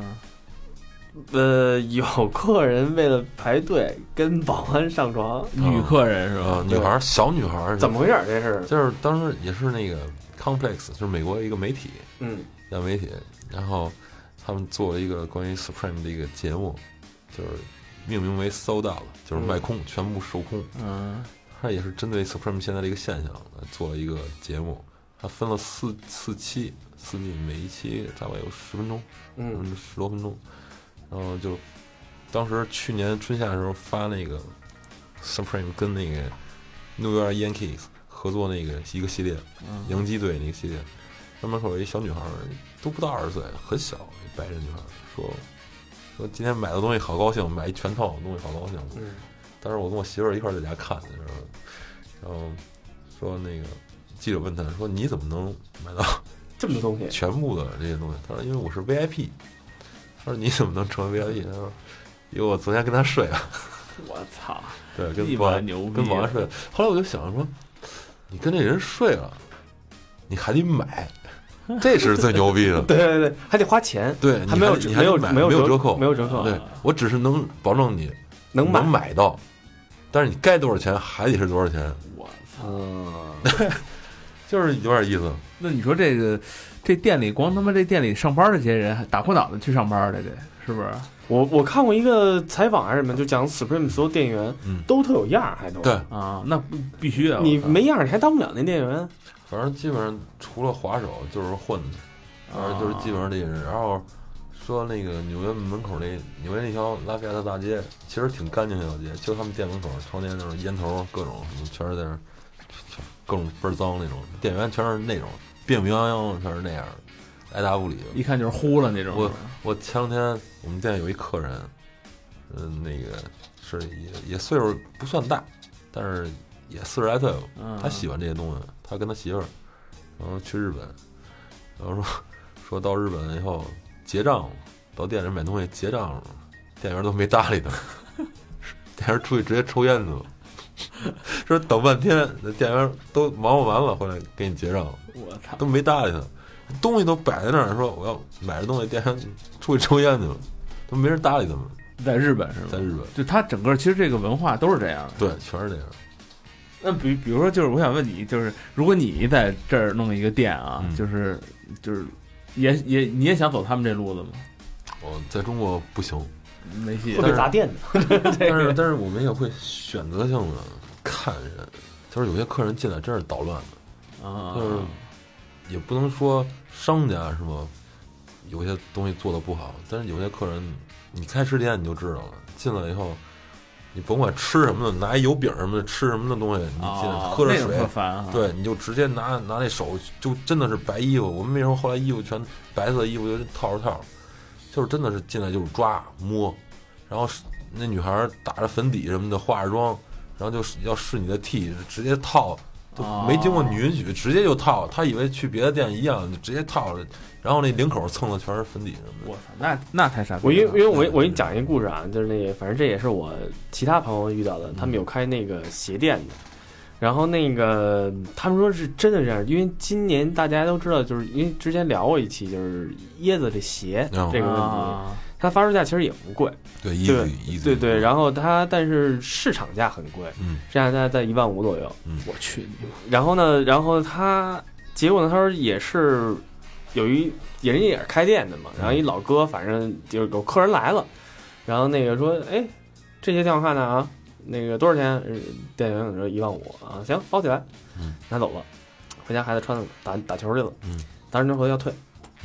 有客人为了排队跟保安上床， 女客人是吧？ 女孩，小女孩， 怎么回事？这是就是当时也是那个 Complex， 就是美国一个媒体，叫媒体，然后他们做了一个关于 Supreme 的一个节目，就是命名为 Sold Out， 就是卖空，全部售空。它也是针对 Supreme 现在的一个现象做了一个节目，它分了四季，每一期大概有10分钟，10多分钟。然后就当时去年春夏的时候发那个 Supreme 跟那个 New York Yankees 合作那个一个系列，洋基队那个系列，那门口有一小女孩，都不到20岁，很小，白人女孩，说今天买的东西好高兴，买一全套的东西好高兴。当时我跟我媳妇儿一块在家看的时候，然后说那个记者问他说你怎么能买到这么多东西， 全部的这些东西？他说因为我是 VIP。他说你怎么能成为 VIP？ 他说因为我昨天跟他睡了。 我操！ 对，跟保安睡了。后来我就想说，你跟这人睡了，你还得买，这是最牛逼的。 对，还得花钱。 对， 还没有折扣， 没有折扣。 对，我只是能保证你能买到，但是你该多少钱还得是多少钱。 我操！ 就是有点意思。 那你说这店里光他妈这店里上班的这些人打破脑袋去上班的，这是不是？ 我看过一个采访还是什么，就讲 Supreme 所有店员都特有样，还都对啊，那必须的。 你没样你还当不了那店员。 反正基本上除了滑手就是混的，反正就是基本上这些人。然后说那个纽约门口纽约那条拉菲亚特大街，其实挺干净那条街，就他们店门口常年那种烟头各种什么全是在那儿，各种倍儿脏那种，店员全是那种病病殃殃，全是那样的。爱答不理， 一看就是呼了那种。 我前两天我们店有一客人，那个是也岁数不算大，但是也40来岁了。他喜欢这些东西，他跟他媳妇儿，然后去日本，然后说到日本以后结账，到店里买东西结账，店员都没搭理他，店员出去直接抽烟去了。说等半天，店员都忙活完了回来给你结账， 我操， 都没搭理他。东西都摆在那儿，说我要买的东西，店员出去抽烟去了，都没人搭理他们。 在日本是吧？ 在日本， 就他整个其实这个文化都是这样的。 对，全是这样。 那比如说，就是我想问你，就是如果你在这儿弄一个店啊，就是你也想走他们这路子吗？ 我在中国不行， 没戏， 会被砸店的。 但是我们也会选择性的看人，就是有些客人进来真是捣乱的啊，就是也不能说商家是吧，有些东西做的不好，但是有些客人你开10天你就知道了，进来以后你甭管吃什么的，拿一油饼什么的吃什么的东西，你进来喝着水，对，你就直接拿那手就真的是白衣服。我们为什么后来衣服全白色衣服就套着套，就是真的是进来就是抓摸，然后那女孩打着粉底什么的化着妆，然后就要试你的 T， 直接套，都没经过你允许直接就套，他以为去别的店一样就直接套了，然后那领口蹭的全是粉底什么的。 我操，那太傻逼了。 因为我给你讲一个故事啊，就是那个反正这也是我其他朋友遇到的，他们有开那个鞋店的，然后那个他们说是真的这样，因为今年大家都知道，就是因为之前聊过一期，就是椰子这鞋这个问题，它发售价其实也不贵， 对， 对，然后但是市场价很贵，市场价在15000左右， 我去， 然后他结果呢，他说也是人家也是开店的嘛，然后一老哥，反正就有客人来了，然后那个说，哎，这些挺好看的啊，那个多少钱？店员说15000啊，行，包起来，拿走了，回家孩子穿打球去了，打完之后要退，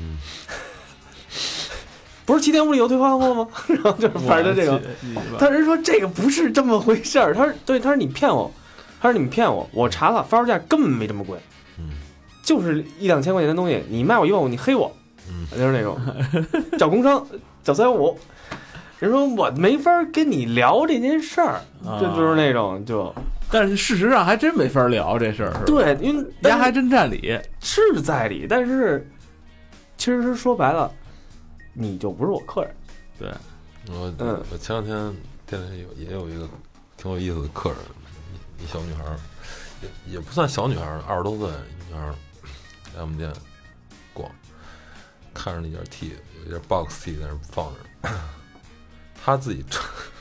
不是7天无理由退换货吗？然后就是反正这个，他人说这个不是这么回事儿，他说你骗我，他说你们骗我，我查了发售价根本没这么贵，就是1-2千块钱的东西，你卖我15000，你黑我，就是那种找工伤，找315。人说我没法跟你聊这件事儿，就是那种就但是事实上还真没法聊这事儿。 对，因为人家还真占理， 是在理，但是其实说白了，你就不是我客人。 对， 我前两天店里也有一个挺有意思的客人，一小女孩，也不算小女孩，20多岁女孩，来我们店逛，看着那件 T， 有一件 box T 在那放着，她自己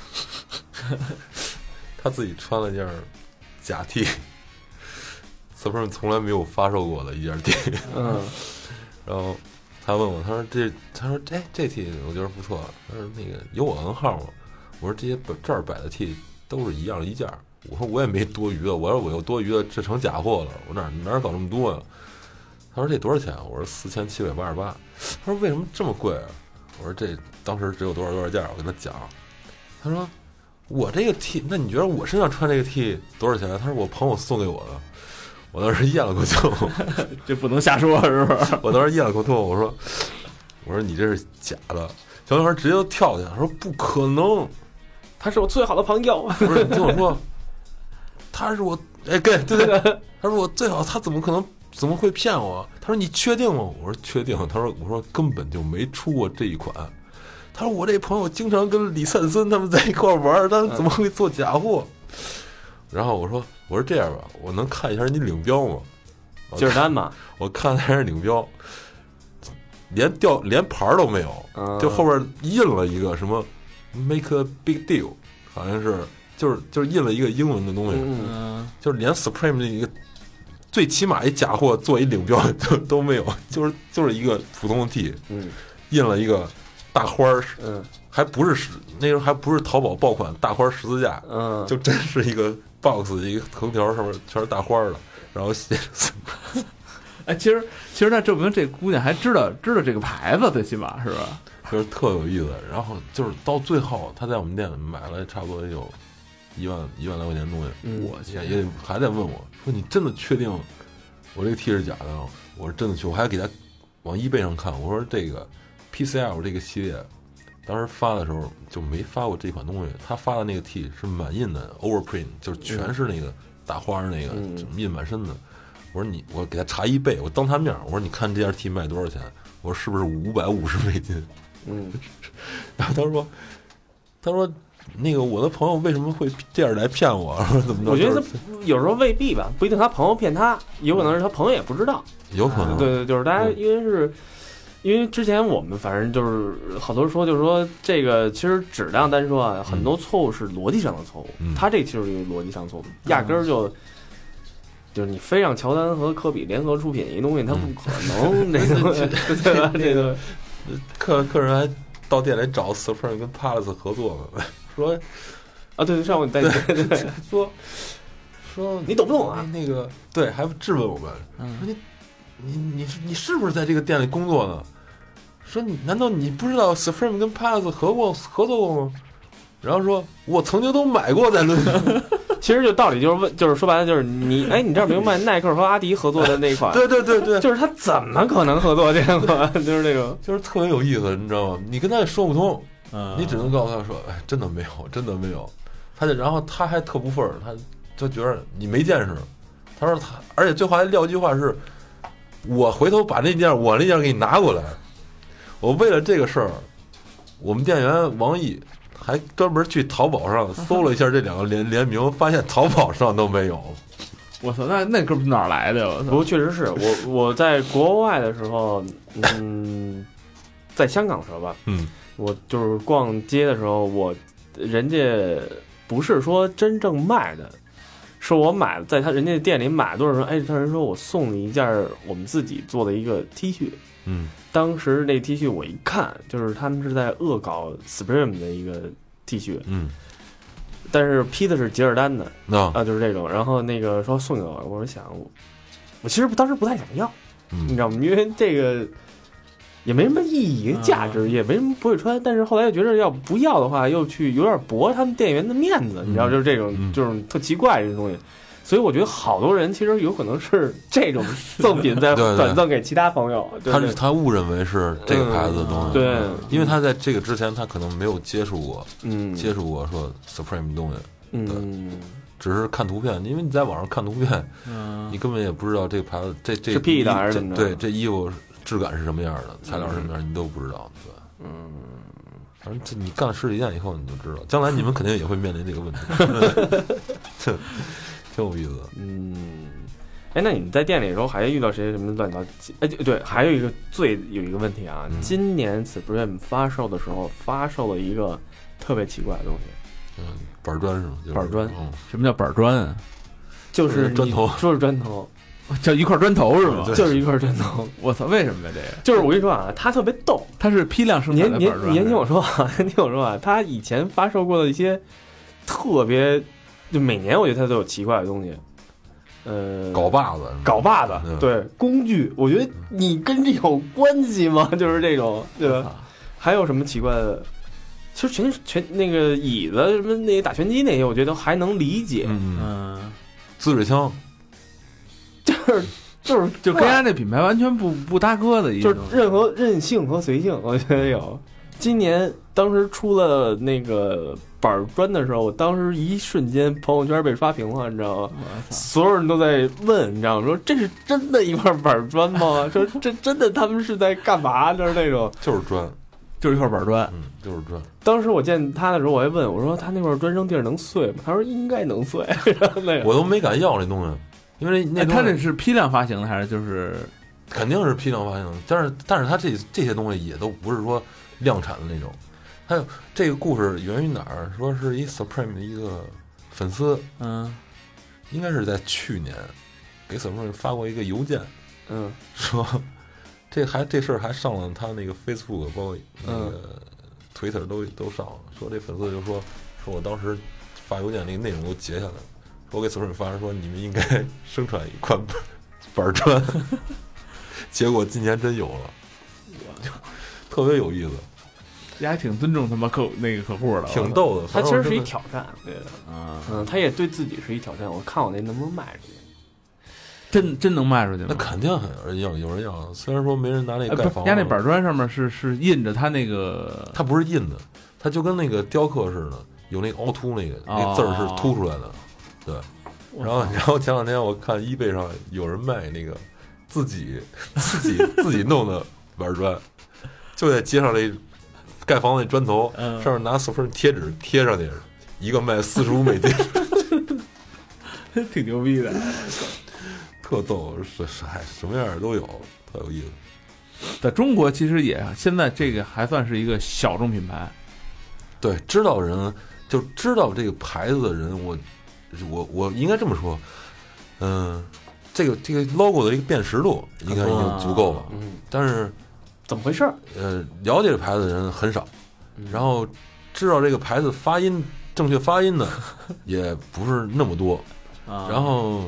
穿了件假 T，Supreme 从来没有发售过的一件 T， 然后他问我，他说这 T 我觉得不错，他说那个有我 N 号吗？我说这儿摆的 T 都是一样一件，我说我也没多余的，我要我有多余的这成假货了，我哪搞这么多呀？他说这多少钱？我说4788。他说为什么这么贵啊？我说这当时只有多少件，我跟他讲。他说我这个 T， 那你觉得我身上穿这个 T 多少钱？他说我朋友送给我的。我当时咽了口唾， 这不能瞎说，是不是？ 我当时咽了口唾，我说你这是假的。小女孩直接就跳起来，说不可能， 他是我最好的朋友。 不是，你听我说，他是我，对，他说我最好，他怎么会骗我？他说你确定吗？我说确定。我说根本就没出过这一款。他说我这朋友经常跟李灿森他们在一块玩，他们怎么会做假货？然后我说这样吧，我能看一下你领标吗？ 记事单嘛， 我看了一下领标，连牌都没有，就后边印了一个什么 make a big deal， 好像是就是印了一个英文的东西，就是连 Supreme 的一个最起码一假货做一领标都没有，就是一个普通的 T， 印了一个大花儿，还不是那时候还不是淘宝爆款大花十字架，就真是一个 box 一个横条上面全是大花的，然后写着。 哎，其实那证明这姑娘还知道这个牌子，最起码是吧？ 就是特有意思。然后就是到最后，她在我们店买了差不多有1万来块钱东西，我也还在问我说：“你真的确定我这个 T 是假的？”我说：“真的去。”我还给她往eBay上看，我说：“这个 PCL 这个系列，当时发的时候就没发过这款东西。他发的那个 T 是满印的 overprint， 就是全是那个大花那个印满身的。”我说我给他查eBay，我当他面，我说你看这件 T 卖多少钱？我说是不是550美金？然后他说那个我的朋友为什么会这样来骗我？说怎么着？ 我觉得他有时候未必吧，不一定他朋友骗他，有可能是他朋友也不知道， 有可能。 对，就是大家因为之前我们反正就是好多说，就是说这个其实质量单说啊，很多错误是逻辑上的错误，他这其实就是逻辑上错误，压根儿就是你非让乔丹和科比联合出品一东西，他不可能，对吧？这个客人还到店里找 Supreme 跟 Palace 合作嘛，说啊，对，上午带说你懂不懂啊？ 那个对，还质问我们，说你是不是在这个店里工作呢？说难道你不知道 Supreme 跟 Palace 合作过吗？然后说我曾经都买过在伦敦。 其实就道理就是说白了就是你这儿明白耐克和阿迪合作的那款， 对， 就是他怎么可能合作这个？就是那种， 就是特别有意思，你知道吗？你跟他也说不通，你只能告诉他说，哎，真的没有，然后他还特不忿儿，他就觉得你没见识，他说而且最后还撂一句话是，我回头把我那件给你拿过来，我为了这个事儿，我们店员王毅。还专门去淘宝上搜了一下这两个联名，发现淘宝上都没有。 我操，那哥们哪儿来的？ 不过确实是我在国外的时候，在香港的时候吧，我就是逛街的时候，人家不是说真正卖的，是我在人家店里买多少人，哎，他人说我送你一件我们自己做的一个 T 恤，当时那 T 恤我一看，就是他们是在恶搞 Supreme 的一个 T 恤，但是批的是吉尔丹的，就是这种。然后那个说送给我，我想我其实当时不太想要，你知道吗？因为这个也没什么意义、价值，也没什么不会穿。但是后来又觉得要不要的话，又去有点驳他们店员的面子，你知道，就是这种就是特奇怪这东西。所以我觉得好多人其实有可能是这种赠品在转赠给其他朋友， 他误认为是这个牌子的东西， 对， 因为他在这个之前他可能没有接触过说 Supreme 东西， 只是看图片，因为你在网上看图片，你根本也不知道这个牌子这是 P 的还是怎么着？ 对，这衣服质感是什么样的，材料是什么样，你都不知道，对，反正这你干了实体店以后你就知道，将来你们肯定也会面临这个问题，挺有意思的。 哎，那你在店里的时候还遇到谁什么乱七八糟？哎，对，还有一个有一个问题啊，今年 Supreme 发售的时候发售了一个特别奇怪的东西， 板砖是吗？ 板砖， 什么叫板砖啊？ 就是砖头， 就是砖头， 叫一块砖头是吗？ 就是一块砖头。 我操，为什么呀？这个就是我跟你说啊，它特别逗， 它是批量生产的板砖。 您听我说啊，它以前发售过的一些特别，就每年我觉得它都有奇怪的东西。 镐把子， 对，工具，我觉得你跟这有关系吗？就是这种，对吧？还有什么奇怪的？其实全那个椅子什么那个打拳击那些，我觉得还能理解。 滋水枪， 就跟人家那品牌完全不搭哥的一种， 就是任性和随性，我觉得有。今年当时出了那个板砖的时候，我当时一瞬间朋友圈被刷屏了，你知道吗？所有人都在问，你知道吗？说这是真的一块板砖吗？说这真的他们是在干嘛？就是那种， 就是砖， 就是一块板砖， 就是砖。 当时我见他的时候，我还问我说：“他那块砖扔地上能碎吗？”他说：“应该能碎。” 我都没敢要那东西，因为那他这是批量发行的还是就是肯定是批量发行的，但是他这些东西也都不是说量产的那种。还有这个故事源于哪儿？说是一 Supreme 的一个粉丝，应该是在去年给 Supreme 发过一个邮件，说这事儿还上了他那个 Facebook 包括那个 Twitter 都上了，说这粉丝就说我当时发邮件那个内容都截下来了，说我给 Supreme 发说你们应该生产一款板砖，结果今年真有了，特别有意思。 也还挺尊重他妈客户的， 挺逗的。 他其实是一挑战，对的，他也对自己是一挑战。我看我那能不能卖出去，真能卖出去吗？ 那肯定有人要，虽然说没人拿那盖房子。 人家那板砖上面是印着他那个， 它不是印的，它就跟那个雕刻似的，有那个凹凸那个字儿是凸出来的，对。然后前两天我看eBay上有人卖那个自己弄的板砖，就在街上那。盖房子那砖头，上面拿Supreme贴纸贴上去，一个卖$45， 挺牛逼的， 特逗，什么样都有，特有意思。 在中国其实也现在这个还算是一个小众品牌， 对，知道人就知道这个牌子的人，我应该这么说，这个 logo 的一个辨识度应该已经足够了，但是。 怎么回事？ 了解这牌子的人很少，然后知道这个牌子正确发音的也不是那么多。然后，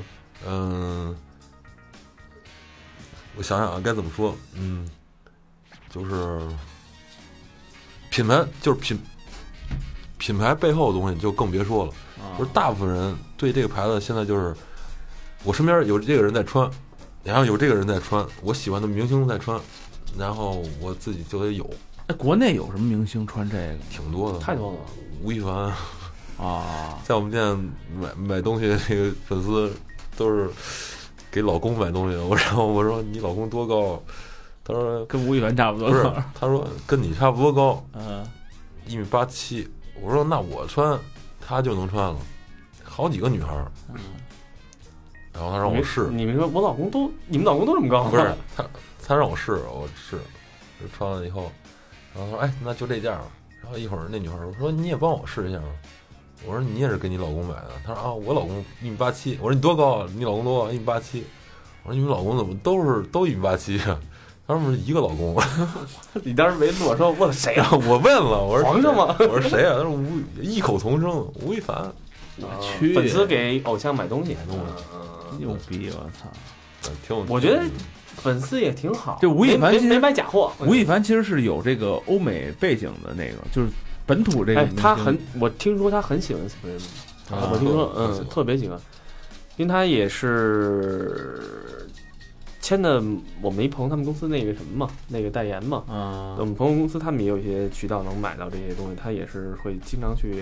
我想想啊，该怎么说？就是品牌，就是品牌背后的东西就更别说了。就是大部分人对这个牌子现在就是，我身边有这个人在穿，然后有这个人在穿，我喜欢的明星在穿。然后我自己就得有。 哎，国内有什么明星穿这个？ 挺多的， 太多了。 吴亦凡啊， 在我们店买东西，这个粉丝都是给老公买东西。然后我说你老公多高？他说跟吴亦凡差不多。 不是，他说跟你差不多高，1.87米。我说那我穿他就能穿了，好几个女孩。然后他让我试。 你们说你们老公都这么高？ 不是他让我试，我试，穿了以后，然后说：“哎，那就这件吧。”然后一会儿那女孩说：“你也帮我试一下吗？”我说：“你也是给你老公买的？”他说：“啊，我老公1.87米。”我说：“你多高啊？你老公多高？1.87米。”我说：“你们老公怎么都1.87米啊？”他说：“一个老公。” 你当时没问我说问谁啊？ 我问了，我说皇上吗？ 我说谁啊？他说异口同声，吴亦凡。 我去， 粉丝给偶像买东西， 牛逼！我操， 挺有。 我觉得。粉丝也挺好， 就吴亦凡没买假货。 吴亦凡其实是有这个欧美背景的那个，就是本土这个。 我听说他很喜欢 Supreme，我听说特别喜欢，因为他也是签的我们一朋友他们公司那个什么嘛，那个代言嘛。我们朋友公司他们也有一些渠道能买到这些东西，他也是会经常去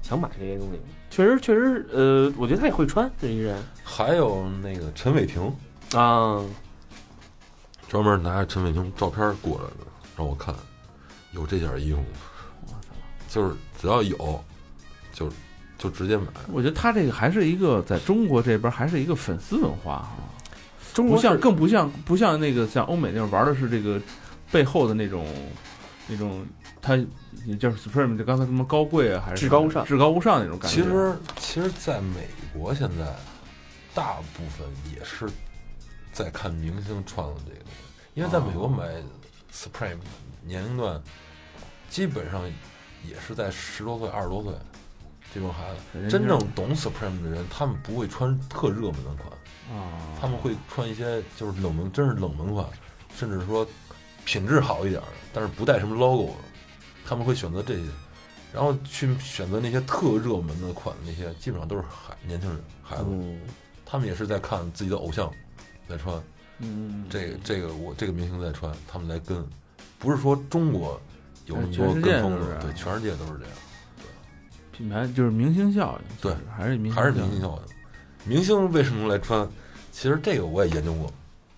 想买这些东西。确实，我觉得他也会穿这一人。 还有那个陈伟霆啊， 专门拿着陈伟霆照片过来的，让我看有这件衣服，就是只要有就直接买。 我觉得他这个还是一个在中国这边还是一个粉丝文化啊， 中国更不像那个像欧美那种玩的是这个背后的那种，他也就是 Supreme 就刚才什么高贵啊，还是至高无上那种感觉。 其实在美国现在大部分也是在看明星穿的这个东西，因为在美国买 Supreme 年龄段基本上也是在10多岁、20多岁这种孩子。真正懂 Supreme 的人，他们不会穿特热门的款他们会穿一些就是真是冷门款，甚至说品质好一点的，但是不带什么 logo 的，他们会选择这些，然后去选择那些特热门的款，那些基本上都是年轻人孩子，他们也是在看自己的偶像在穿，这个我这个明星在穿，他们来跟，不是说中国有那么多跟风的，对，全世界都是这样，对， 品牌就是明星效应， 对， 还是明星效应。明星为什么来穿？其实这个我也研究过，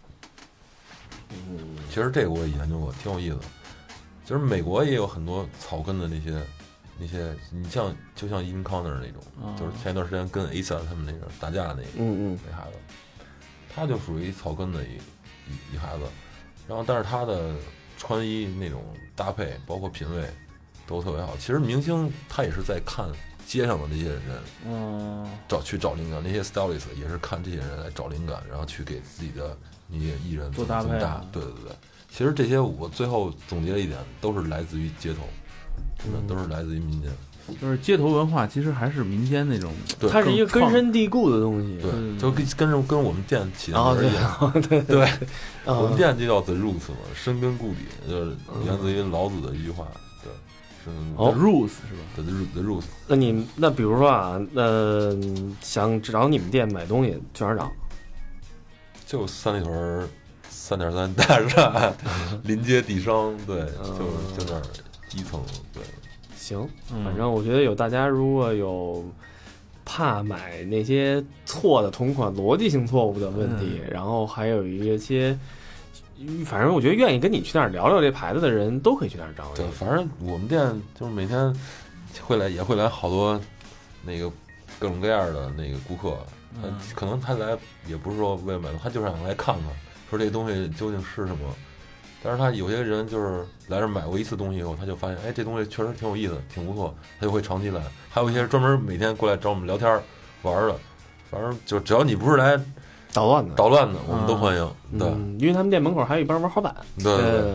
挺有意思的。其实美国也有很多草根的那些，你就像 In Corner 那种，就是前一段时间跟 ASA 他们那个打架的那孩子，他就属于草根的一孩子，然后但是他的穿衣那种搭配，包括品味都特别好。其实明星他也是在看街上的这些人，找灵感，那些 stylist 也是看这些人来找灵感，然后去给自己的那些艺人做搭配。 对。其实这些我最后总结了一点，都是来自于街头，真的都是来自于民间。 就是街头文化，其实还是民间那种， 它是一个根深蒂固的东西。 对，就跟我们店起的名一样。对，我们店就叫 The Roots 嘛，深根固底，就是源自于老子的一句话。对，是 The Roots 是吧 ？The Roots。 那比如说啊，想找你们店买东西去哪儿找？ 就三里屯3.3大厦临街底商，对，就那儿1层，对。 行，反正我觉得大家如果有怕买那些错的同款、逻辑性错误的问题，然后还有一些，反正我觉得愿意跟你去那儿聊聊这牌子的人都可以去那儿找你。 对，反正我们店就是每天也会来好多那个各种各样的那个顾客，可能他来也不是说为了买，他就是想来看看，说这东西究竟是什么。但是他有些人就是来这买过一次东西以后，他就发现，哎，这东西确实挺有意思，挺不错，他就会长期来。还有一些专门每天过来找我们聊天玩的，反正就只要你不是来捣乱的，我们都欢迎。对， 因为他们店门口还有一帮玩滑板。 对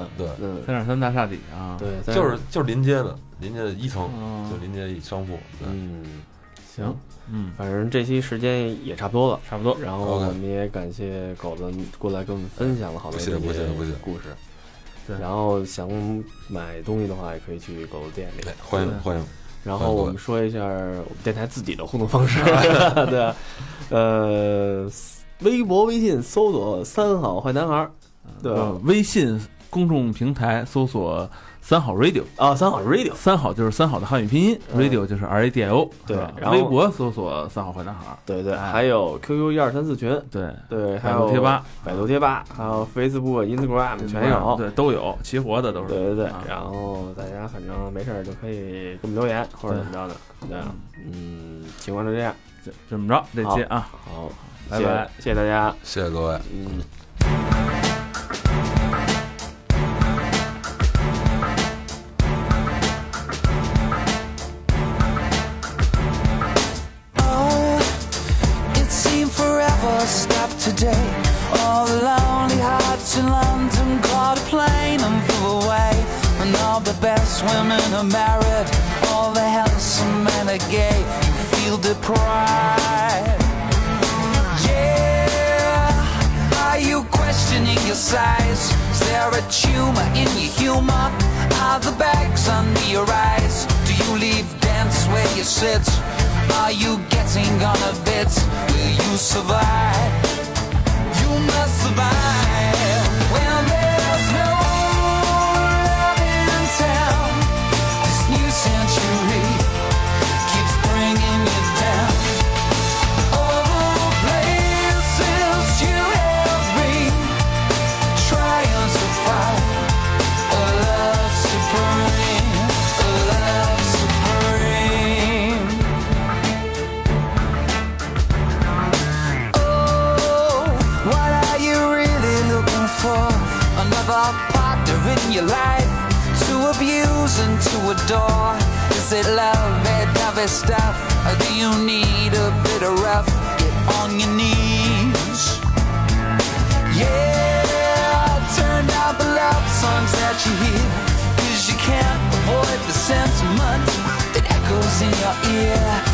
，3.3大厦底啊， 对， 就是临街的1层，就临街商铺。 行，反正这期时间也差不多了， 差不多。 然后我们也感谢狗子过来跟我们分享了好多这些故事。 对， 然后想买东西的话，也可以去狗子店里。 欢迎。 然后我们说一下我们电台自己的互动方式。对，微博、微信搜索3好坏男孩，对， 微信公众平台搜索3好 radio 啊，3好 radio， 3好就是3好的汉语拼音，radio 就是 RADIO， 对。 然后微博搜索3好坏男孩， 对，还有 QQ 1234群，对，还有百度贴吧，还有 Facebook、Instagram 全有， 对，都有，齐活的都是。 对。然后大家反正没事就可以给我们留言或者怎么着的，对，情况就这样， 就这么着，这期啊， 好， 拜拜， 谢谢大家， 谢谢各位， Stop today. All the lonely hearts in London caught a plane and flew away. And all the best women are married, all the handsome men are gay. You feel deprived. Yeah, are you questioning your size? Is there a tumor in your humor? Are the bags under your eyes? Do you leave dance where you sit? Are you getting on a bit? Will you survive? You must survive. When there's no love in town, this new century keeps another partner in your life to abuse and to adore? Is it lovey-dovey stuff, or do you need a bit of rough? Get on your knees. Yeah, turn down the love songs that you hear, 'cause you can't avoid the sentiment that echoes in your ear.